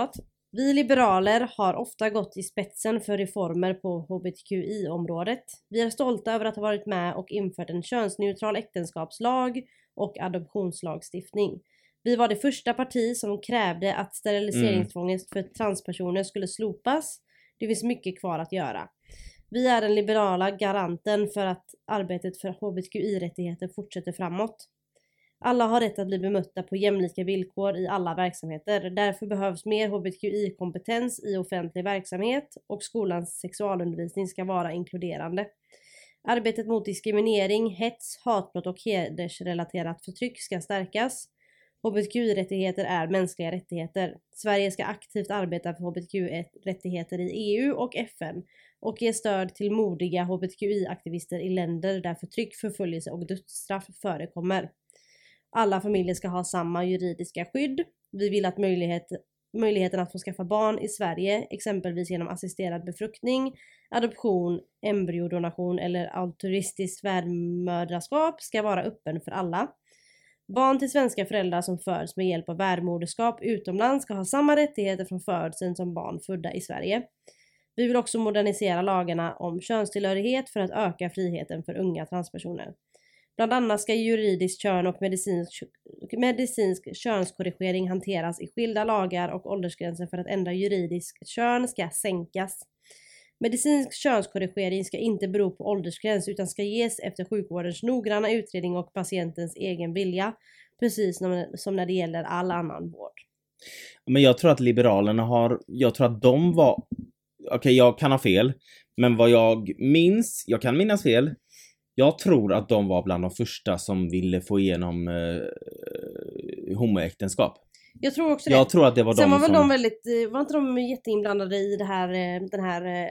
Vi liberaler har ofta gått i spetsen för reformer på H B T Q I-området. Vi är stolta över att ha varit med och infört en könsneutral äktenskapslag och adoptionslagstiftning. Vi var det första parti som krävde att steriliseringstvånget för transpersoner skulle slopas. Det finns mycket kvar att göra. Vi är den liberala garanten för att arbetet för H B T Q I-rättigheter fortsätter framåt. Alla har rätt att bli bemötta på jämlika villkor i alla verksamheter. Därför behövs mer H B T Q I-kompetens i offentlig verksamhet och skolans sexualundervisning ska vara inkluderande. Arbetet mot diskriminering, hets, hatbrott och hedersrelaterat förtryck ska stärkas. H B T Q I-rättigheter är mänskliga rättigheter. Sverige ska aktivt arbeta för H B T Q I-rättigheter i E U och F N och ge stöd till modiga H B T Q I-aktivister i länder där förtryck, förföljelse och dödsstraff förekommer. Alla familjer ska ha samma juridiska skydd. Vi vill att möjlighet, möjligheten att få skaffa barn i Sverige, exempelvis genom assisterad befruktning, adoption, embryodonation eller altruistiskt värdmödraskap ska vara öppen för alla. Barn till svenska föräldrar som föds med hjälp av värdmoderskap utomlands ska ha samma rättigheter från födseln som barn födda i Sverige. Vi vill också modernisera lagarna om könstillhörighet för att öka friheten för unga transpersoner. Bland annat ska juridiskt kön och medicinsk, medicinsk könskorrigering hanteras i skilda lagar och åldersgränser för att ändra juridisk kön ska sänkas. Medicinsk könskorrigering ska inte bero på åldersgräns utan ska ges efter sjukvårdens noggranna utredning och patientens egen vilja, precis som när det gäller all annan vård. Men jag tror att liberalerna har, jag tror att de var, okej okay, jag kan ha fel, men vad jag minns, jag kan minnas fel, jag tror att de var bland de första som ville få igenom eh, homoäktenskap. Jag tror också det. Jag tror att det var Sen de var väl som... de väldigt, var inte de jätteinblandade i det här, den här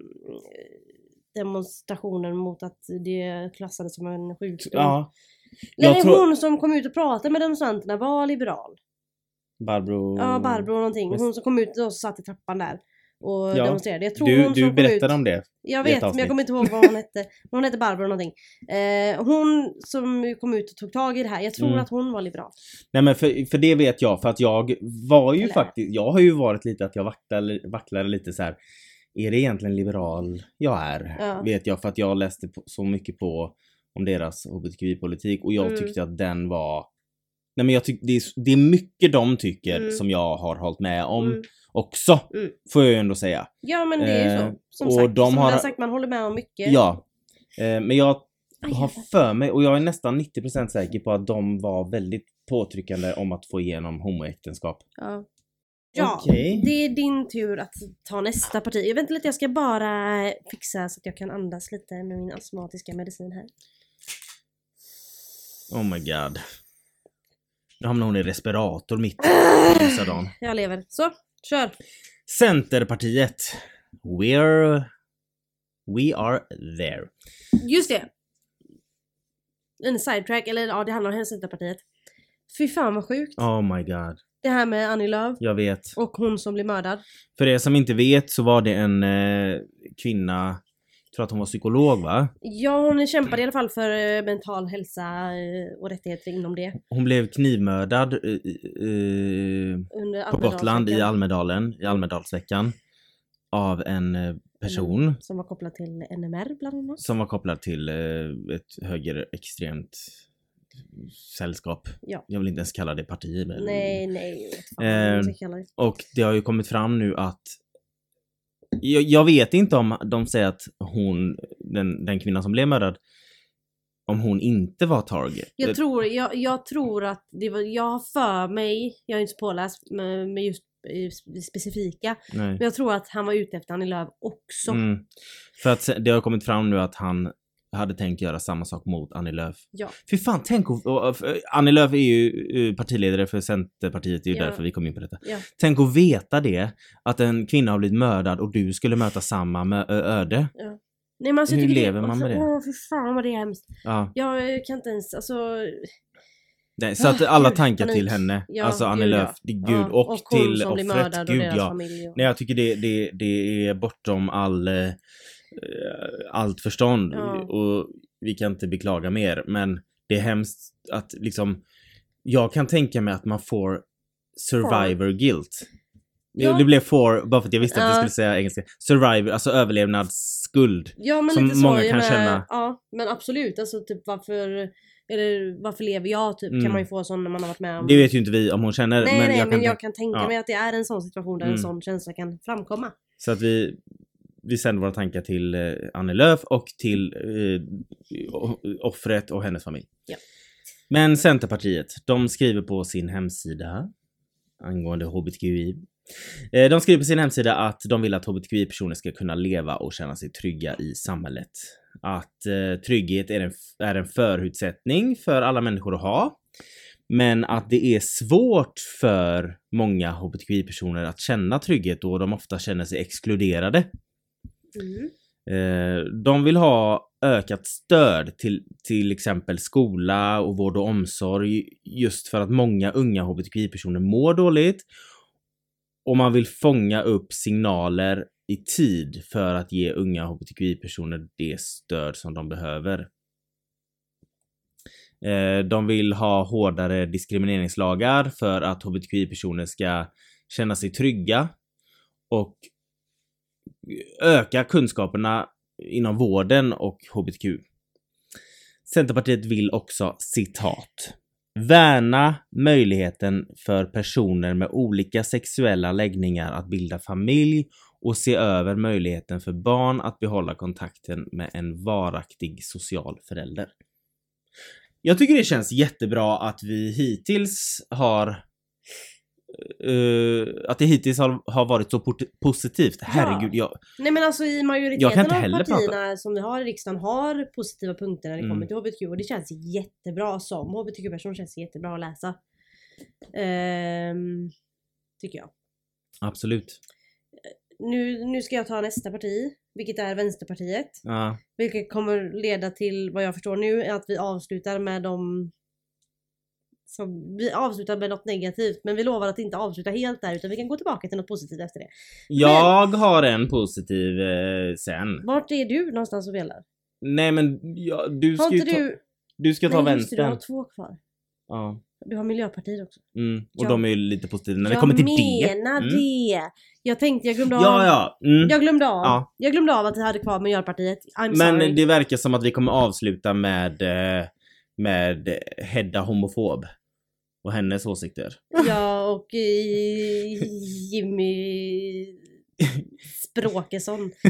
demonstrationen mot att det klassades som en sjukdom? Ja. Nej, Jag tror... hon som kom ut och pratade med demonstranterna var liberal. Barbro... Ja, Barbro någonting. Hon som kom ut och satt i trappan där och ja. demonstrerade. Jag tror du hon du berättade ut... om det. Jag vet, men jag kommer inte ihåg vad hon hette. Men hon hette Barbro någonting. Eh, hon som kom ut och tog tag i det här. Jag tror mm. att hon var liberal. Nej, men för, för det vet jag. För att jag var ju Eller... faktiskt... Jag har ju varit lite att jag vacklade, vacklade lite så här. Är det egentligen liberal jag är? Ja. Vet jag, för att jag läste på, så mycket på om deras H B T Q I-politik. Och jag mm. tyckte att den var... Nej, men jag tycker det, det är mycket de tycker mm. som jag har hållit med om. Mm. Också, mm. får jag ju ändå säga. Ja, men det är ju så. Som och sagt, de som har... jag sagt, man håller med om mycket. Ja, eh, men jag Aj, har för mig, och jag är nästan nittio procent säker på att de var väldigt påtryckande om att få igenom homoäktenskap. Ja, ja okay. Det är din tur att ta nästa parti. Jag vet inte, jag ska bara fixa så att jag kan andas lite med min astmatiska medicin här. Oh my god. Nu hamnar hon i respirator mitt i dagen. Jag lever. Så, kör. Centerpartiet. We're... We are there. Just det. En sidetrack, eller ja, det handlar om Centerpartiet. Fy fan vad sjukt. Oh my god. Det här med Annie Lööf. Jag vet. Och hon som blir mördad. För er som inte vet så var det en eh, kvinna... Jag tror att hon var psykolog, va? Ja, hon kämpade i alla fall för mental hälsa och rättigheter inom det. Hon blev knivmördad eh, på Gotland i Almedalen, i Almedalsveckan. Av en person. Mm, som var kopplad till N M R bland annat. Som var kopplad till eh, ett högerextremt sällskap. Ja. Jag vill inte ens kalla det parti. Men... Nej, nej. Fan, eh, det. Och det har ju kommit fram nu att Jag, jag vet inte om de säger att hon, den, den kvinnan som blev mördad, om hon inte var target. Jag tror, jag, jag tror att det var, jag har för mig, jag är inte så påläst med, med just specifika, Nej. men jag tror att han var ute efter Annie Lööf också. Mm. För att det har kommit fram nu att han hade tänkt göra samma sak mot Annie Lööf. Ja. Fy fan, tänk och, och, Annie Lööf är ju partiledare för Centerpartiet, det är ju ja. därför vi kom in på detta. Ja. Tänk att veta det, att en kvinna har blivit mördad och du skulle möta samma mö- öde. Ja. Nej, men alltså, hur lever det, man alltså, med det? Åh, fy fan vad det är hemskt. Ja. Jag kan inte ens, alltså... Nej, så att alla tankar panik. till henne, ja, alltså Annie gud, Lööf, ja. gud, ja. och, och till offret, gud ja. Familj, ja. Nej, jag tycker det, det, det är bortom all, eh, allt förstånd ja. och vi kan inte beklaga mer, men det är hemskt att liksom, jag kan tänka mig att man får survivor guilt. Ja. Det blev for, bara för att jag visste att jag Ja. skulle säga engelska. Survivor, alltså överlevnadsskuld. Ja, men Som lite många så, jag kan menar, känna. Ja, men absolut. Alltså typ varför, eller varför lever jag typ, Mm. kan man ju få sån när man har varit med om... Det vet ju inte vi om hon känner. Nej, men nej, jag men kan jag tänka- kan tänka ja. mig att det är en sån situation där Mm. en sån känsla kan framkomma. Så att vi, vi sänder våra tankar till eh, Annie Lööf och till eh, o- offret och hennes familj. Ja. Men Centerpartiet, de skriver på sin hemsida angående H B T Q I. Eh, de skriver på sin hemsida att de vill att H B T Q I-personer ska kunna leva och känna sig trygga i samhället. Att eh, trygghet är en, är en förutsättning för alla människor att ha. Men att det är svårt för många H B T Q I-personer att känna trygghet då de ofta känner sig exkluderade. Mm. Eh, de vill ha ökat stöd till till exempel skola och vård och omsorg just för att många unga H B T Q I-personer mår dåligt. Och man vill fånga upp signaler i tid för att ge unga H B T Q I-personer det stöd som de behöver. Eh, de vill ha hårdare diskrimineringslagar för att H B T Q I-personer ska känna sig trygga och öka kunskaperna inom vården och H B T Q. Centerpartiet vill också, citat, värna möjligheten för personer med olika sexuella läggningar att bilda familj och se över möjligheten för barn att behålla kontakten med en varaktig social förälder. Jag tycker det känns jättebra att vi hittills har Uh, att det hittills har, har varit så port- positivt. Herregud, jag... Nej men alltså i Jag kan majoriteten inte av heller partierna som vi har i riksdagen har positiva punkter när det Mm. kommer till H B T Q och det känns jättebra som H B T Q-person känns jättebra att läsa. Ehm, tycker jag. Absolut. Nu, nu ska jag ta nästa parti, vilket är Vänsterpartiet. Ja. Vilket kommer leda till, vad jag förstår nu, är att vi avslutar med dem som, vi avslutar med något negativt, men vi lovar att inte avsluta helt där utan vi kan gå tillbaka till något positivt efter det. Jag har en positiv eh, sen. Vart är du någonstans och velar? Nej men ja, du Har ska ju inte ta, du... du ska ta Nej just det, du har vänstern. två kvar. Ja. Du har Miljöpartiet också. Mm. Och Ja. de är ju lite positiva när det jag kommer till det. menar Mm. det. Jag tänkte, jag glömde av. Ja ja. Mm. Jag glömde av. Ja. Jag glömde av att vi hade kvar Miljöpartiet. I'm Men sorry. det verkar som att vi kommer avsluta med eh, med Hedda homofob och hennes åsikter. Ja, och eh, Jimmy Språkesson.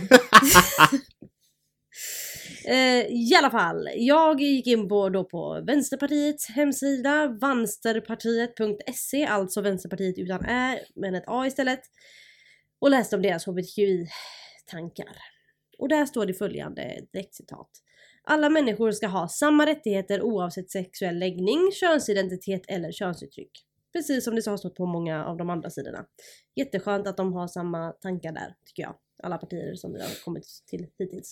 Eh, I alla fall, jag gick in på, då på Vänsterpartiets hemsida, vansterpartiet punkt se, alltså Vänsterpartiet utan ä, men ett a istället, och läste om deras H B T Q I-tankar. Och där står det följande direktcitat. Alla människor ska ha samma rättigheter oavsett sexuell läggning, könsidentitet eller könsuttryck. Precis som det har stått på många av de andra sidorna. Jätteskönt att de har samma tankar där, tycker jag. Alla partier som vi har kommit till hittills.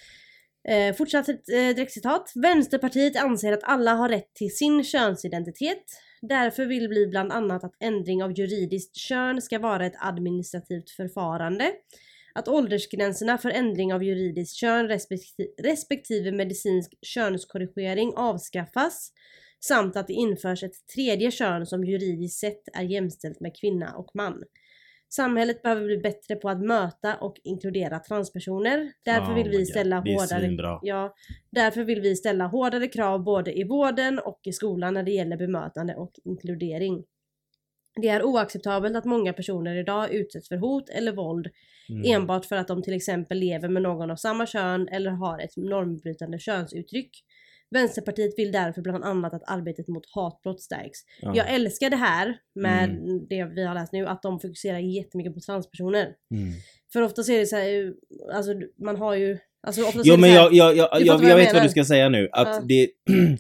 Eh, fortsatt ett eh, direktcitat. Vänsterpartiet anser att alla har rätt till sin könsidentitet. Därför vill vi bland annat att ändring av juridiskt kön ska vara ett administrativt förfarande. Att åldersgränserna för ändring av juridiskt kön respektive, respektive medicinsk könskorrigering avskaffas. Samt att det införs ett tredje kön som juridiskt sett är jämställt med kvinna och man. Samhället behöver bli bättre på att möta och inkludera transpersoner. Därför Oh vill my vi God. ställa Det är hårdare, svinbra. ja, därför vill vi ställa hårdare krav både i vården och i skolan när det gäller bemötande och inkludering. Det är oacceptabelt att många personer idag utsätts för hot eller våld Mm. enbart för att de till exempel lever med någon av samma kön eller har ett normbrytande könsuttryck. Vänsterpartiet vill därför bland annat att arbetet mot hatbrott stärks. Ja. Jag älskar det här med Mm. det vi har läst nu, att de fokuserar jättemycket på transpersoner. Mm. För ofta ser det så här, alltså man har ju, alltså ofta Jo ser det men så här, jag, jag, jag, fattar jag, vad jag jag vet menar. vad du ska säga nu. Att Ja. det...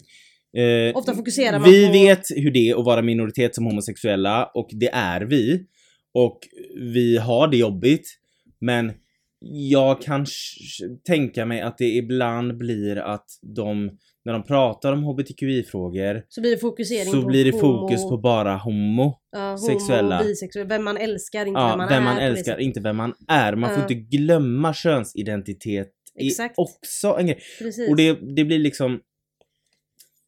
eh, ofta fokuserar man vi på... vet hur det är att vara minoritet som homosexuella och det är vi. Och vi har det jobbigt. Men jag kan sh- tänka mig att det ibland blir att de, när de pratar om H B T Q I-frågor Så blir det fokusering så på blir det homo, fokus på bara homo. ja, homo sexuella. bisexuell, vem man älskar, inte Ja, vem man vem är. man på det älskar, sättet. inte vem man är. Man får Ja. inte glömma könsidentitet. Exakt. Är också en grej. Precis. Och det, det blir liksom...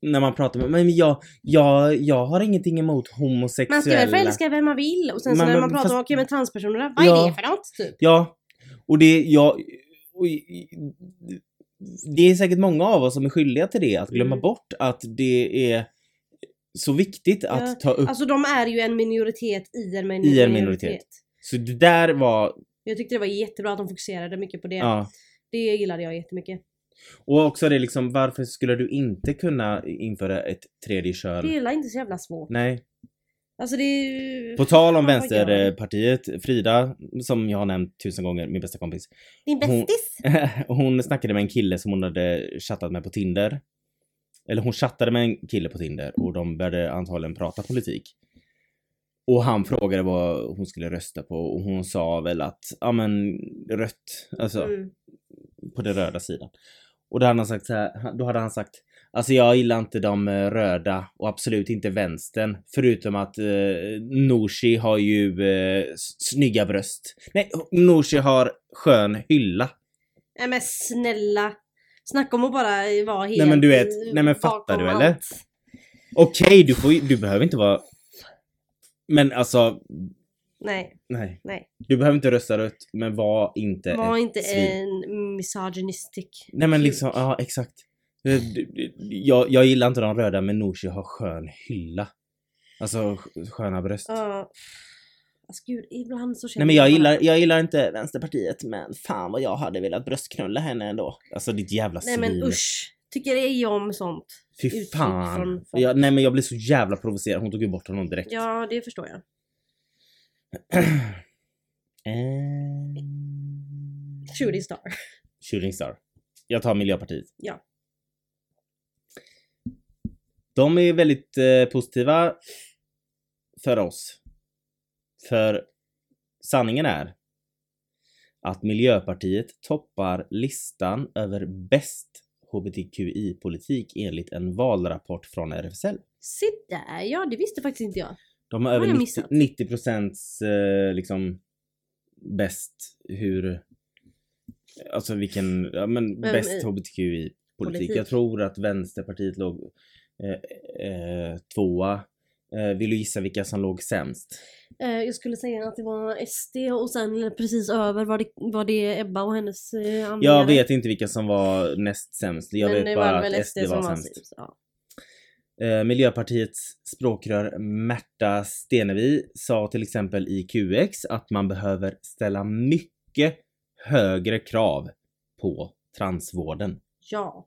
när man pratar med, men jag, jag, jag har ingenting emot homosexuella. Man ska väl förälska vem man vill och sen så Man- när men man pratar fast- om okej med transpersoner, vad Ja. är det för något typ? Ja, och det, jag, och, det är säkert många av oss som är skyldiga till det, att glömma Mm. bort att det är så viktigt att Ja, ta upp. Alltså de är ju en minoritet i en min- I en minoritet. minoritet. Så det där var, Jag tyckte det var jättebra att de fokuserade mycket på det. ja. Det gillade jag jättemycket. Och också det liksom, varför skulle du inte kunna införa ett tredje kön? Det är inte så jävla svårt. Nej. Alltså det är ju... På tal om Fan, vad gör det? Vänsterpartiet, Frida, som jag har nämnt tusen gånger, min bästa kompis. Din Hon- bästis? Hon snackade med en kille som hon hade chattat med på Tinder. Eller hon chattade med en kille på Tinder och de började antagligen prata politik. Och han frågade vad hon skulle rösta på och hon sa väl att, ja men rött, alltså Mm. på den röda sidan. Och då hade han sagt så här, då hade han sagt, alltså jag gillar inte de eh, röda och absolut inte vänstern. Förutom att eh, Nooshi har ju eh, s- snygga bröst. Nej, Nooshi har skön hylla. Nej men snälla. Snacka om att bara vara helt... Nej, men du vet, eh, nej, men fattar bakom du, eller? allt. Okej, du får ju- du behöver inte vara... Men alltså, Nej, nej. nej. Du behöver inte rösta rött, men var inte Var ett inte svin. en misogynistic. Nej men kuk. liksom, ja exakt. Eh, du- du- Jag, jag gillar inte de röda, men Nooshi har skön hylla. Alltså sk- sköna bröst. Ja. Alltså gud, ibland så känner Nej men jag bara- gillar, jag gillar inte Vänsterpartiet, men fan vad jag hade velat bröstknulla henne ändå. Alltså ditt jävla Nej svin. men usch. Tycker ej om sånt. Fy uttryck fan. från folk. Jag, nej men jag blev så jävla provocerad, hon tog ju bort honom direkt. Ja, det förstår jag. Eh, Shooting star. Shooting Star. Jag tar Miljöpartiet. Ja. De är väldigt eh, positiva för oss. För sanningen är att Miljöpartiet toppar listan över bäst H B T Q I-politik enligt en valrapport från R F S L. Sitt där, ja det visste faktiskt inte jag. De har Har över jag nittio, missat? nittio procents eh, liksom bäst hur, alltså vilken, ja men Men, bäst eh, H B T Q I-politik. politik. Jag tror att Vänsterpartiet låg eh, eh, tvåa. Eh, vill du gissa vilka som låg sämst? Eh, jag skulle säga att det var S D och sen precis över var det, var det Ebba och hennes eh, Jag anhängare. vet inte vilka som var näst sämst. Jag Men vet det bara var att väl S D var sämst. sämst. Ja. Eh, Miljöpartiets språkrör Märta Stenevi sa till exempel i Q X att man behöver ställa mycket högre krav på transvården. Ja.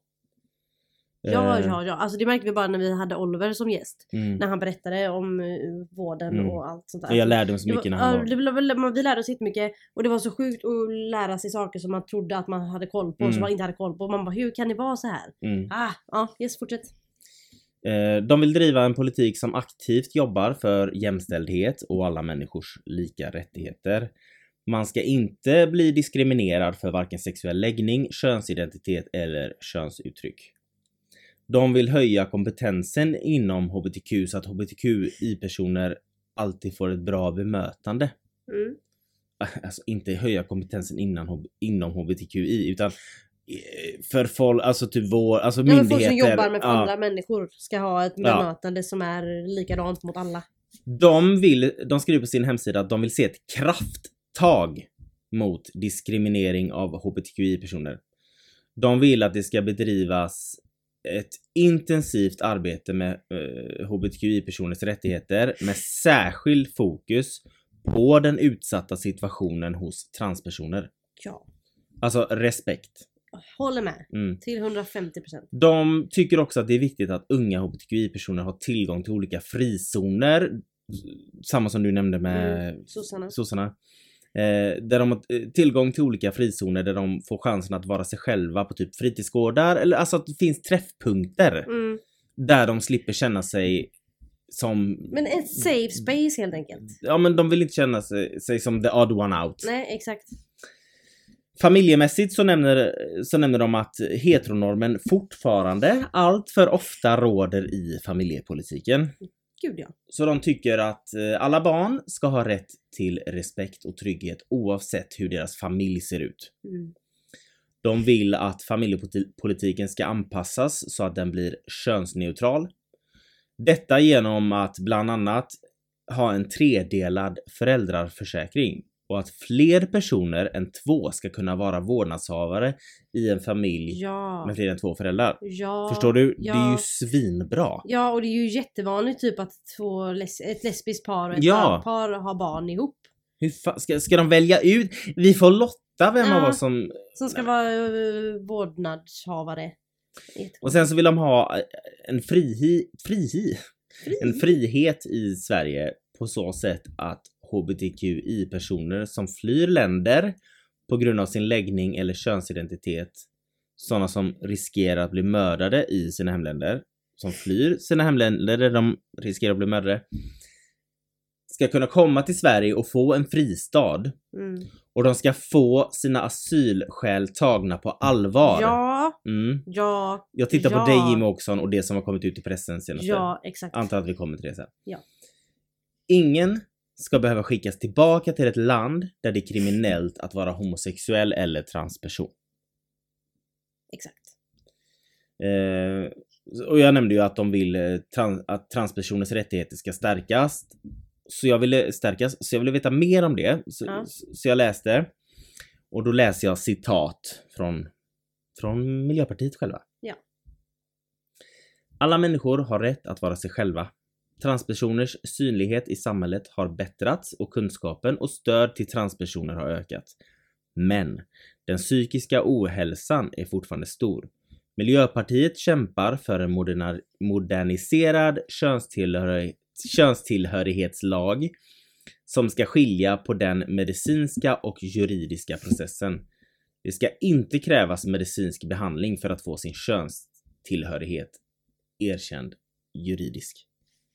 Ja, Eh, ja, ja. Alltså det märkte vi bara när vi hade Oliver som gäst. Mm. När han berättade om uh, vården Mm. och allt sånt där. Jag lärde mig så Det mycket var, när han ja, var... det var, väl- man- vi lärde oss jättemycket och det var så sjukt att lära sig saker som man trodde att man hade koll på och Mm. som man inte hade koll på. Man bara, hur kan det vara så här? Mm. Ah, ja, yes, fortsätt. Eh, de vill driva en politik som aktivt jobbar för jämställdhet och alla människors lika rättigheter. Man ska inte bli diskriminerad för varken sexuell läggning, könsidentitet eller könsuttryck. De vill höja kompetensen inom H B T Q så att H B T Q I-personer alltid får ett bra bemötande. Mm. Alltså inte höja kompetensen innan, H- inom H B T Q I utan eh, för folk, alltså typ vår, alltså Ja, men myndigheter. folk som jobbar med ja. andra människor ska ha ett Ja. bemötande som är likadant mot alla. De vill, de skriver på sin hemsida att de vill se ett krafttag mot diskriminering av H B T Q I-personer. De vill att det ska bedrivas ett intensivt arbete med eh, H B T Q I-personers rättigheter med särskild fokus på den utsatta situationen hos transpersoner. Ja. Alltså respekt. Håller med. Mm. Till hundrafemtio procent. De tycker också att det är viktigt att unga H B T Q I-personer har tillgång till olika frizoner. Samma som du nämnde med Mm, sossarna. sossarna. Eh, där de har eh, tillgång till olika frizoner där de får chansen att vara sig själva på typ fritidsgårdar. Eller alltså att det finns träffpunkter Mm. där de slipper känna sig som... Men ett safe space helt enkelt. Ja men de vill inte känna sig, sig som the odd one out. Nej, exakt. Familjemässigt så nämner, så nämner de att heteronormen fortfarande allt för ofta råder i familjepolitiken. Gud ja. Så de tycker att eh, alla barn ska ha rätt till respekt och trygghet oavsett hur deras familj ser ut. Mm. De vill att familjepolitiken ska anpassas så att den blir könsneutral. Detta genom att bland annat ha en tredelad föräldraförsäkring och att fler personer än två ska kunna vara vårdnadshavare i en familj Ja. med fler än två föräldrar. Ja. Förstår du? Ja. Det är ju svinbra. Ja, och det är ju jättevanligt typ att två les- ett lesbiskt par och ett Ja. par har barn ihop. Hur fa- ska, ska de välja ut? Vi får lotta vem Ja. av oss som... Som ska vara uh, vårdnadshavare. Och sen så vill de ha en frihi... frihi. Fri. En frihet i Sverige på så sätt att H B T Q I-personer som flyr länder på grund av sin läggning eller könsidentitet, sådana som riskerar att bli mördade i sina hemländer, som flyr sina hemländer där de riskerar att bli mördade, ska kunna komma till Sverige och få en fristad. Mm. Och de ska få sina asylskäl tagna på allvar. Ja, Mm. ja, Jag tittar ja. på dig, Jimmy Åkesson, och det som har kommit ut i pressen senaste. ja, exakt. Antar att vi kommer till det sen. Ja. Ingen ska behöva skickas tillbaka till ett land där det är kriminellt att vara homosexuell eller transperson. Exakt. Eh, och jag nämnde ju att de vill eh, trans- att transpersoners rättigheter ska stärkas. Så jag ville stärkas, så jag ville veta mer om det. Så, Ja. så jag läste. Och då läser jag citat från, från Miljöpartiet själva. Ja. Alla människor har rätt att vara sig själva. Transpersoners synlighet i samhället har bättrats och kunskapen och stöd till transpersoner har ökat. Men den psykiska ohälsan är fortfarande stor. Miljöpartiet kämpar för en moderna- moderniserad könstillhör- könstillhörighetslag som ska skilja på den medicinska och juridiska processen. Det ska inte krävas medicinsk behandling för att få sin könstillhörighet erkänd juridisk.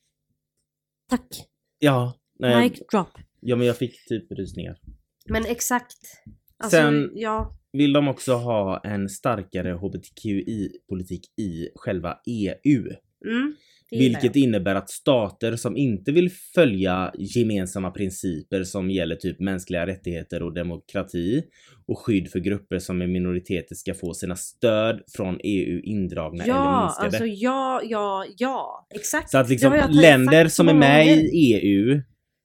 Tack. Ja, nej, Mic drop. ja men jag fick typ rysningar. Men exakt. Alltså, Sen- ja. Vill de också ha en starkare H B T Q I-politik i själva E U. Mm, det gillar Vilket innebär att stater som inte vill följa gemensamma principer som gäller typ mänskliga rättigheter och demokrati och skydd för grupper som är minoriteter ska få sina stöd från E U indragna jag. eller Ja, minskade. alltså ja, ja, ja. Exakt. Så att Det liksom har jag länder sagt som är många med gånger. i E U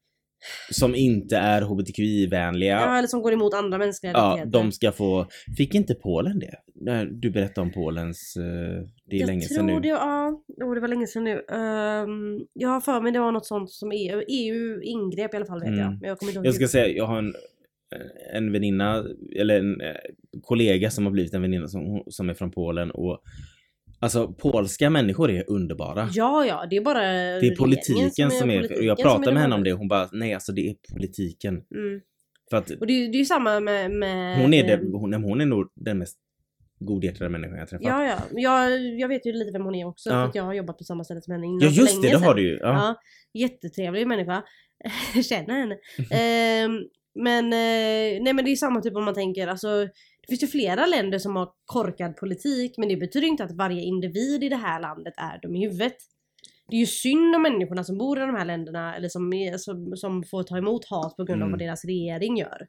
som inte är H B T Q I-vänliga, Ja, eller som går emot andra mänskliga ja, rättigheter. de ska få... Fick inte Polen det? Nej, du berättade om Polens... Uh, det är jag länge tror sedan nu. Det, ja, oh, det var länge sedan nu. Um, jag har för mig det var något sånt som E U, E U ingrep i alla fall vet Mm. jag. Men jag kommer inte ihåg Jag ska hur. säga, jag har en, en väninna, eller en eh, kollega som har blivit en väninna som, som är från Polen och alltså polska människor är underbara. Ja, ja, det är bara Det är politiken som är, och jag pratade med henne om det och hon bara, nej alltså det är politiken. Mm. För att Och det, är- det är ju samma med... med hon är, det, hon, hon är nog den mest godhjärtade människan jag träffat. Ja, ja. Jag, jag vet ju lite vem hon är också. Ja. För att jag har jobbat på samma ställe som henne innan Ja för just det, länge det har sedan. du ju. Ja. Ja, jättetrevlig människa. Jag känner henne. Ehm, men, eh, nej men det är samma typ om man tänker, alltså det finns ju flera länder som har korkad politik, men det betyder inte att varje individ i det här landet är dum i huvudet. Det är ju synd om människorna som bor i de här länderna eller som, är, som, som får ta emot hat på grund av Mm. vad deras regering gör.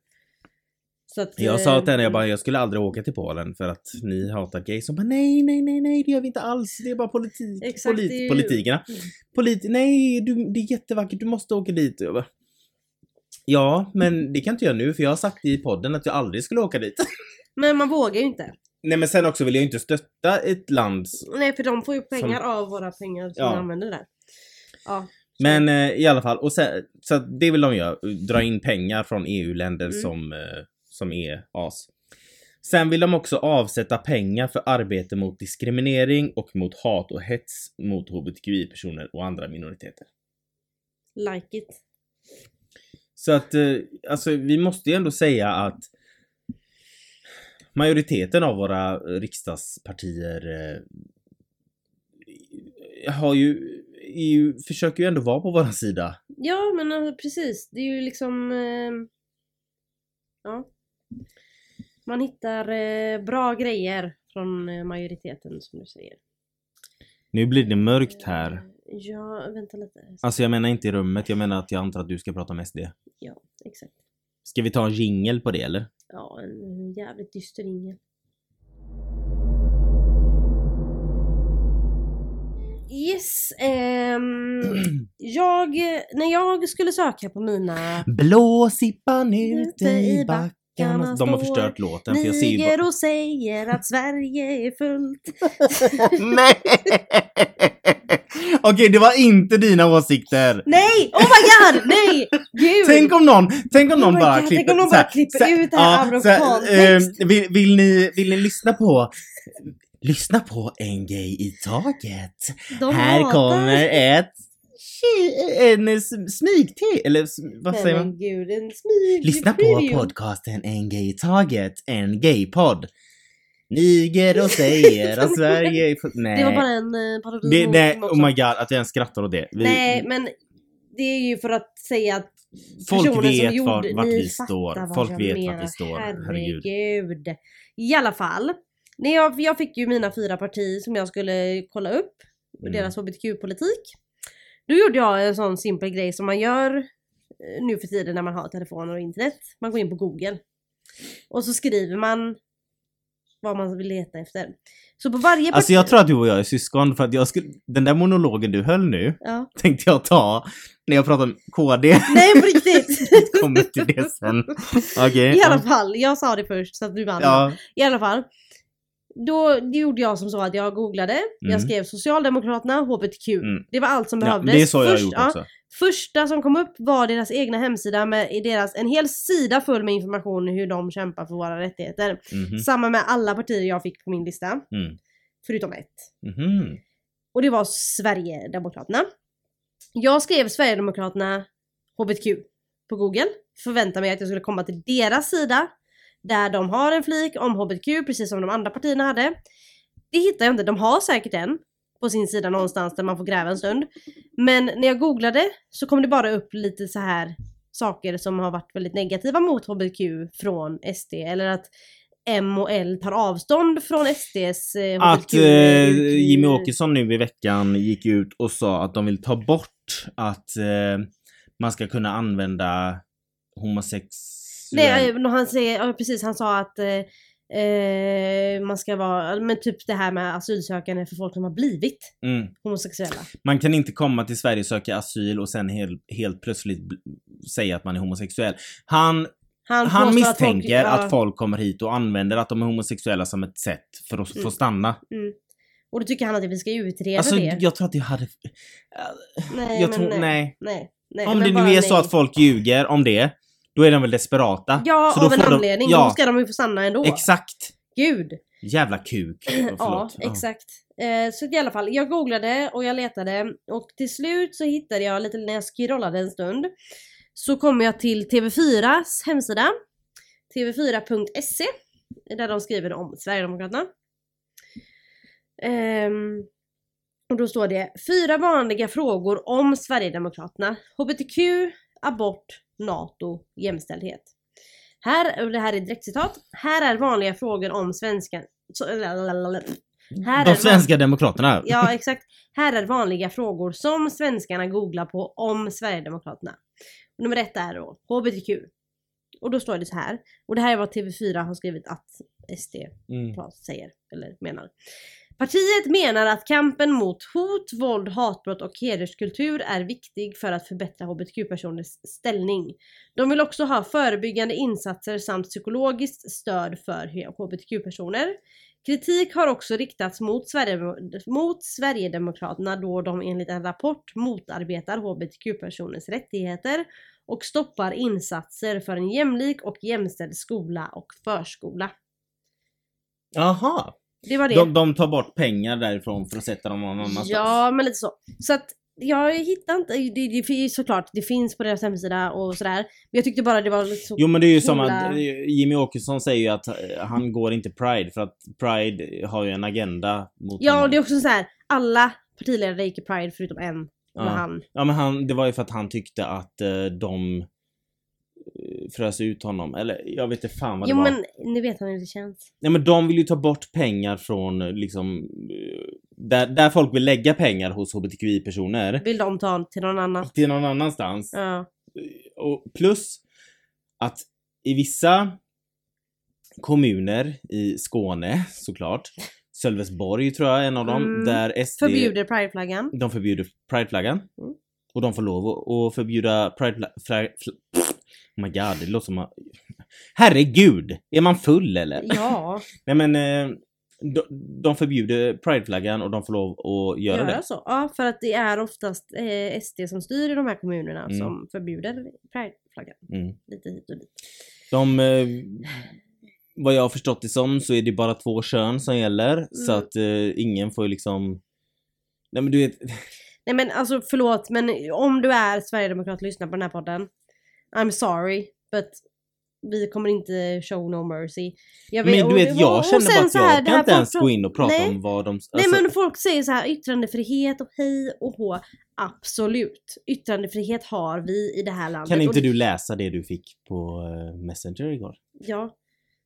Så att, Jag sa till henne, jag eh, bara, jag skulle aldrig åka till Polen för att ni hatar gays. Hon bara, nej, nej, nej, nej, det gör vi inte alls. Det är bara politik. Exakt, Polit, det är ju- Politikerna. Mm. Polit, nej, du, det är jättevackert, du måste åka dit. Jag bara, ja, men det kan inte jag nu för jag har sagt i podden att jag aldrig skulle åka dit. Men man vågar ju inte. Nej, men sen också vill jag inte stötta ett land. Nej, för de får ju pengar Som- av våra pengar som Ja. vi använder där. Ja. så- Men eh, i alla fall, och sen, så att det vill de göra, dra in pengar från E U-länder Mm. som, eh, som är as. Sen vill de också avsätta pengar för arbete mot diskriminering och mot hat och hets mot H B T Q I-personer och andra minoriteter. Like it. Så att, eh, alltså vi måste ju ändå säga att majoriteten av våra riksdagspartier eh, har ju, är ju, försöker ju ändå vara på våran sida. Ja, men alltså, precis. Det är ju liksom... Eh, ja. Man hittar eh, bra grejer från eh, majoriteten som du säger. Nu blir det mörkt här. Eh, Ja, vänta lite. Alltså jag menar inte i rummet, jag menar att jag antar att du ska prata om S D. Ja, exakt. Ska vi ta en jingle på det eller? Ja, en jävligt dyster ingel. Yes, ehm, jag, när jag skulle söka på mina... Blåsippan ute i backarna. De har står förstört låten. För jag ser ju Niger bara... och säger att Sverige är fullt. Nej! Okej, det var inte dina åsikter. Nej! Oh my god! Nej! Gud! Tänk om någon, tänk om Oh någon my bara God, klipper, tänk om någon så här, bara klipper så här, ut det här ja, så här, amerikantext. eh, vill, vill, ni, vill ni lyssna på Lyssna på En gay i taget. De Här hatar. kommer ett en sm- smygte eller s- vad Nej, säger men man? gud, en smyg Lyssna på preview. podcasten En gay i taget, en gaypodd. Niger och säger att Sverige är... Nej. Det var bara en uh, parodi. det, mot nej, dem också. oh my god, att jag ens skrattar åt det. Vi, Nej, men det är ju för att säga att folk personen som vet gjorde, var, vart ni vi fattar står. vad Folk jag vet menar. vart vi står. Herregud. Herregud. I alla fall. När jag, jag fick ju mina fyra partier som jag skulle kolla upp. Mm. Deras H B T Q-politik. Då gjorde jag en sån simpel grej som man gör eh, nu för tiden när man har telefoner och internet. Man går in på Google. Och så skriver man vad man vill leta efter. Så på varje parti... Alltså jag tror att du och jag är syskon, för att jag skulle, den där monologen du höll nu Ja. tänkte jag ta när jag pratade om K D. Nej, på riktigt! Kommer till det sen. Okej. I alla fall, jag sa det först så att du vann. Ja. I alla fall. Då det gjorde jag som så att jag googlade. Mm. Jag skrev Socialdemokraterna H B T Q. Mm. Det var allt som Ja, behövdes. det är så jag har Först- gjort ja, också. Första som kom upp var deras egna hemsida med i deras, en hel sida full med information hur de kämpar för våra rättigheter. Mhm. Samma med alla partier jag fick på min lista. Mm. Förutom ett. Mhm. Och det var Sverigedemokraterna. Jag skrev Sverigedemokraterna H B T Q på Google. Förväntade mig att jag skulle komma till deras sida. Där de har en flik om H B T Q precis som de andra partierna hade. Det hittar jag inte. De har säkert en på sin sida någonstans där man får gräva en stund. Men när jag googlade så kom det bara upp lite så här saker som har varit väldigt negativa mot H B T Q från S D. Eller att M och L tar avstånd från S D:s eh, H B T Q. Att eh, Jimmy Åkesson nu i veckan gick ut och sa att de vill ta bort att eh, man ska kunna använda homosexuell... Nej, eh, han säger, ja, precis, han sa att eh, eh, man ska vara, men typ det här med asylsökande för folk som har blivit Mm. homosexuella. Man kan inte komma till Sverige och söka asyl och sen helt, helt plötsligt bl- säga att man är homosexuell. Han, Han, han påstår misstänker att folk, ja, att folk kommer hit och använder att de är homosexuella som ett sätt för att Mm. få stanna. Mm. Och då tycker han att vi ska utreda Alltså det. jag tror att jag hade... Nej, jag men tror, nej. nej. nej. nej. Om men det bara nu är nej. så att folk ljuger om det, då är de väl desperata. Ja, så då av en får de- anledning. Ja, Då ska de ju få stanna ändå. exakt. Gud. Jävla kuk. Oh, Ja, förlåt. exakt. Eh, så i alla fall, jag googlade och jag letade och till slut så hittade jag lite när jag scrollade en stund så kom jag till T V fyras hemsida T V fyra punkt se där de skriver om Sverigedemokraterna. Ehm, och då står det fyra vanliga frågor om Sverigedemokraterna: H B T Q, abort, NATO, jämställdhet. Här, och det här är direktcitat, här är vanliga frågor om svenska... Så, här De är svenska demokraterna. Ja, exakt. Här är vanliga frågor som svenskarna googlar på om Sverigedemokraterna. Nummer ett är då H B T Q. Och då står det så här. Och det här är vad T V fyra har skrivit att S D Mm. säger, eller menar. Partiet menar att kampen mot hot, våld, hatbrott och hederskultur är viktig för att förbättra H B T Q-personers ställning. De vill också ha förebyggande insatser samt psykologiskt stöd för H B T Q-personer. Kritik har också riktats mot, Sverige, mot Sverigedemokraterna då de enligt en rapport motarbetar H B T Q-personers rättigheter och stoppar insatser för en jämlik och jämställd skola och förskola. Jaha. Det var det. De, de tar bort pengar därifrån för att sätta dem någon annanstans. Ja, men lite så. Så att jag hittar inte, det, det finns såklart, det finns på deras hemsida och sådär. Men jag tyckte bara det var så. Jo men det är ju som himla- att eh, Jimmy Åkesson säger ju att eh, han går inte Pride för att Pride har ju en agenda mot Ja, och honom. det är också så här. Alla partiledare gick i Pride förutom en. Ja. Med han. Ja men han, det var ju för att han tyckte att eh, de eh, frös ut honom. Eller jag vet inte fan vad det Jo var. men ni vet hur det känns. Nej men de vill ju ta bort pengar från eh, liksom eh, där, där folk vill lägga pengar hos H B T Q I-personer Vill de ta till någon annan? till någon annanstans. Ja. Och plus att i vissa kommuner i Skåne såklart Sölvesborg tror jag är en av dem. Mm. Där S D... Förbjuder prideflaggan. De förbjuder prideflaggan. Mm. Och de får lov att, att förbjuda prideflaggan. Oh my god, det låter som att... Herregud! Är man full eller? Ja. Nej men... Eh, de, de förbjuder prideflaggan och de får lov att göra Göra det. så. Ja, för att det är oftast eh, S D som styr i de här kommunerna Mm. som förbjuder prideflaggan. Mm. Lite hit och dit. De... Eh, vad jag har förstått det som så är det bara två kön som gäller. Mm. Så att eh, ingen får ju liksom... Nej men du vet... Nej men alltså förlåt, men om du är Sverigedemokrat och lyssnar på den här podden, I'm sorry, but vi kommer inte show no mercy. Jag vet, men du vet, jag och, känner och bara att här, jag kan inte ens gå in och prata nej, om vad de... Alltså, nej men folk säger så här, yttrandefrihet och hej och hå. Absolut. Yttrandefrihet har vi i det här landet. kan inte och det, du läsa det du fick på uh, Messenger igår? Ja.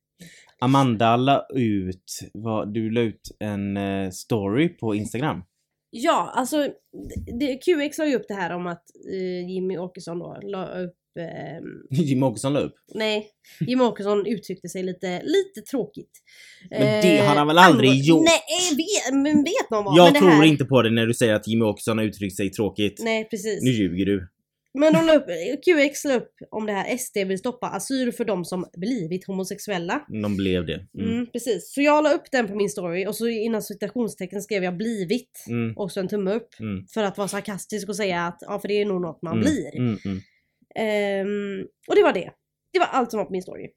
Amanda la ut... Vad, du la ut en uh, story på Instagram. Ja, alltså det, Q X la ju upp det här om att eh, Jimmy Åkesson då la upp eh, Jimmy Åkesson la upp. nej, Jimmy Åkesson uttryckte sig lite, lite tråkigt. Men det har han väl aldrig angå- gjort? Nej, vet, men vet någon vad? Jag men det tror här, inte på det när du säger att Jimmy Åkesson har uttryckt sig tråkigt. Nej, precis. Nu ljuger du. Men de la upp, Q X la upp om det här S D vill stoppa asyl för de som blivit homosexuella. De blev det. Mm. Mm, precis. Så jag la upp den på min story och så innan citationstecken skrev jag blivit Mm. och så en tumme upp Mm. för att vara sarkastisk och säga att ja, för det är nog något man Mm. blir. Mm. Mm. Ehm, och det var det. Det var allt som var på min story.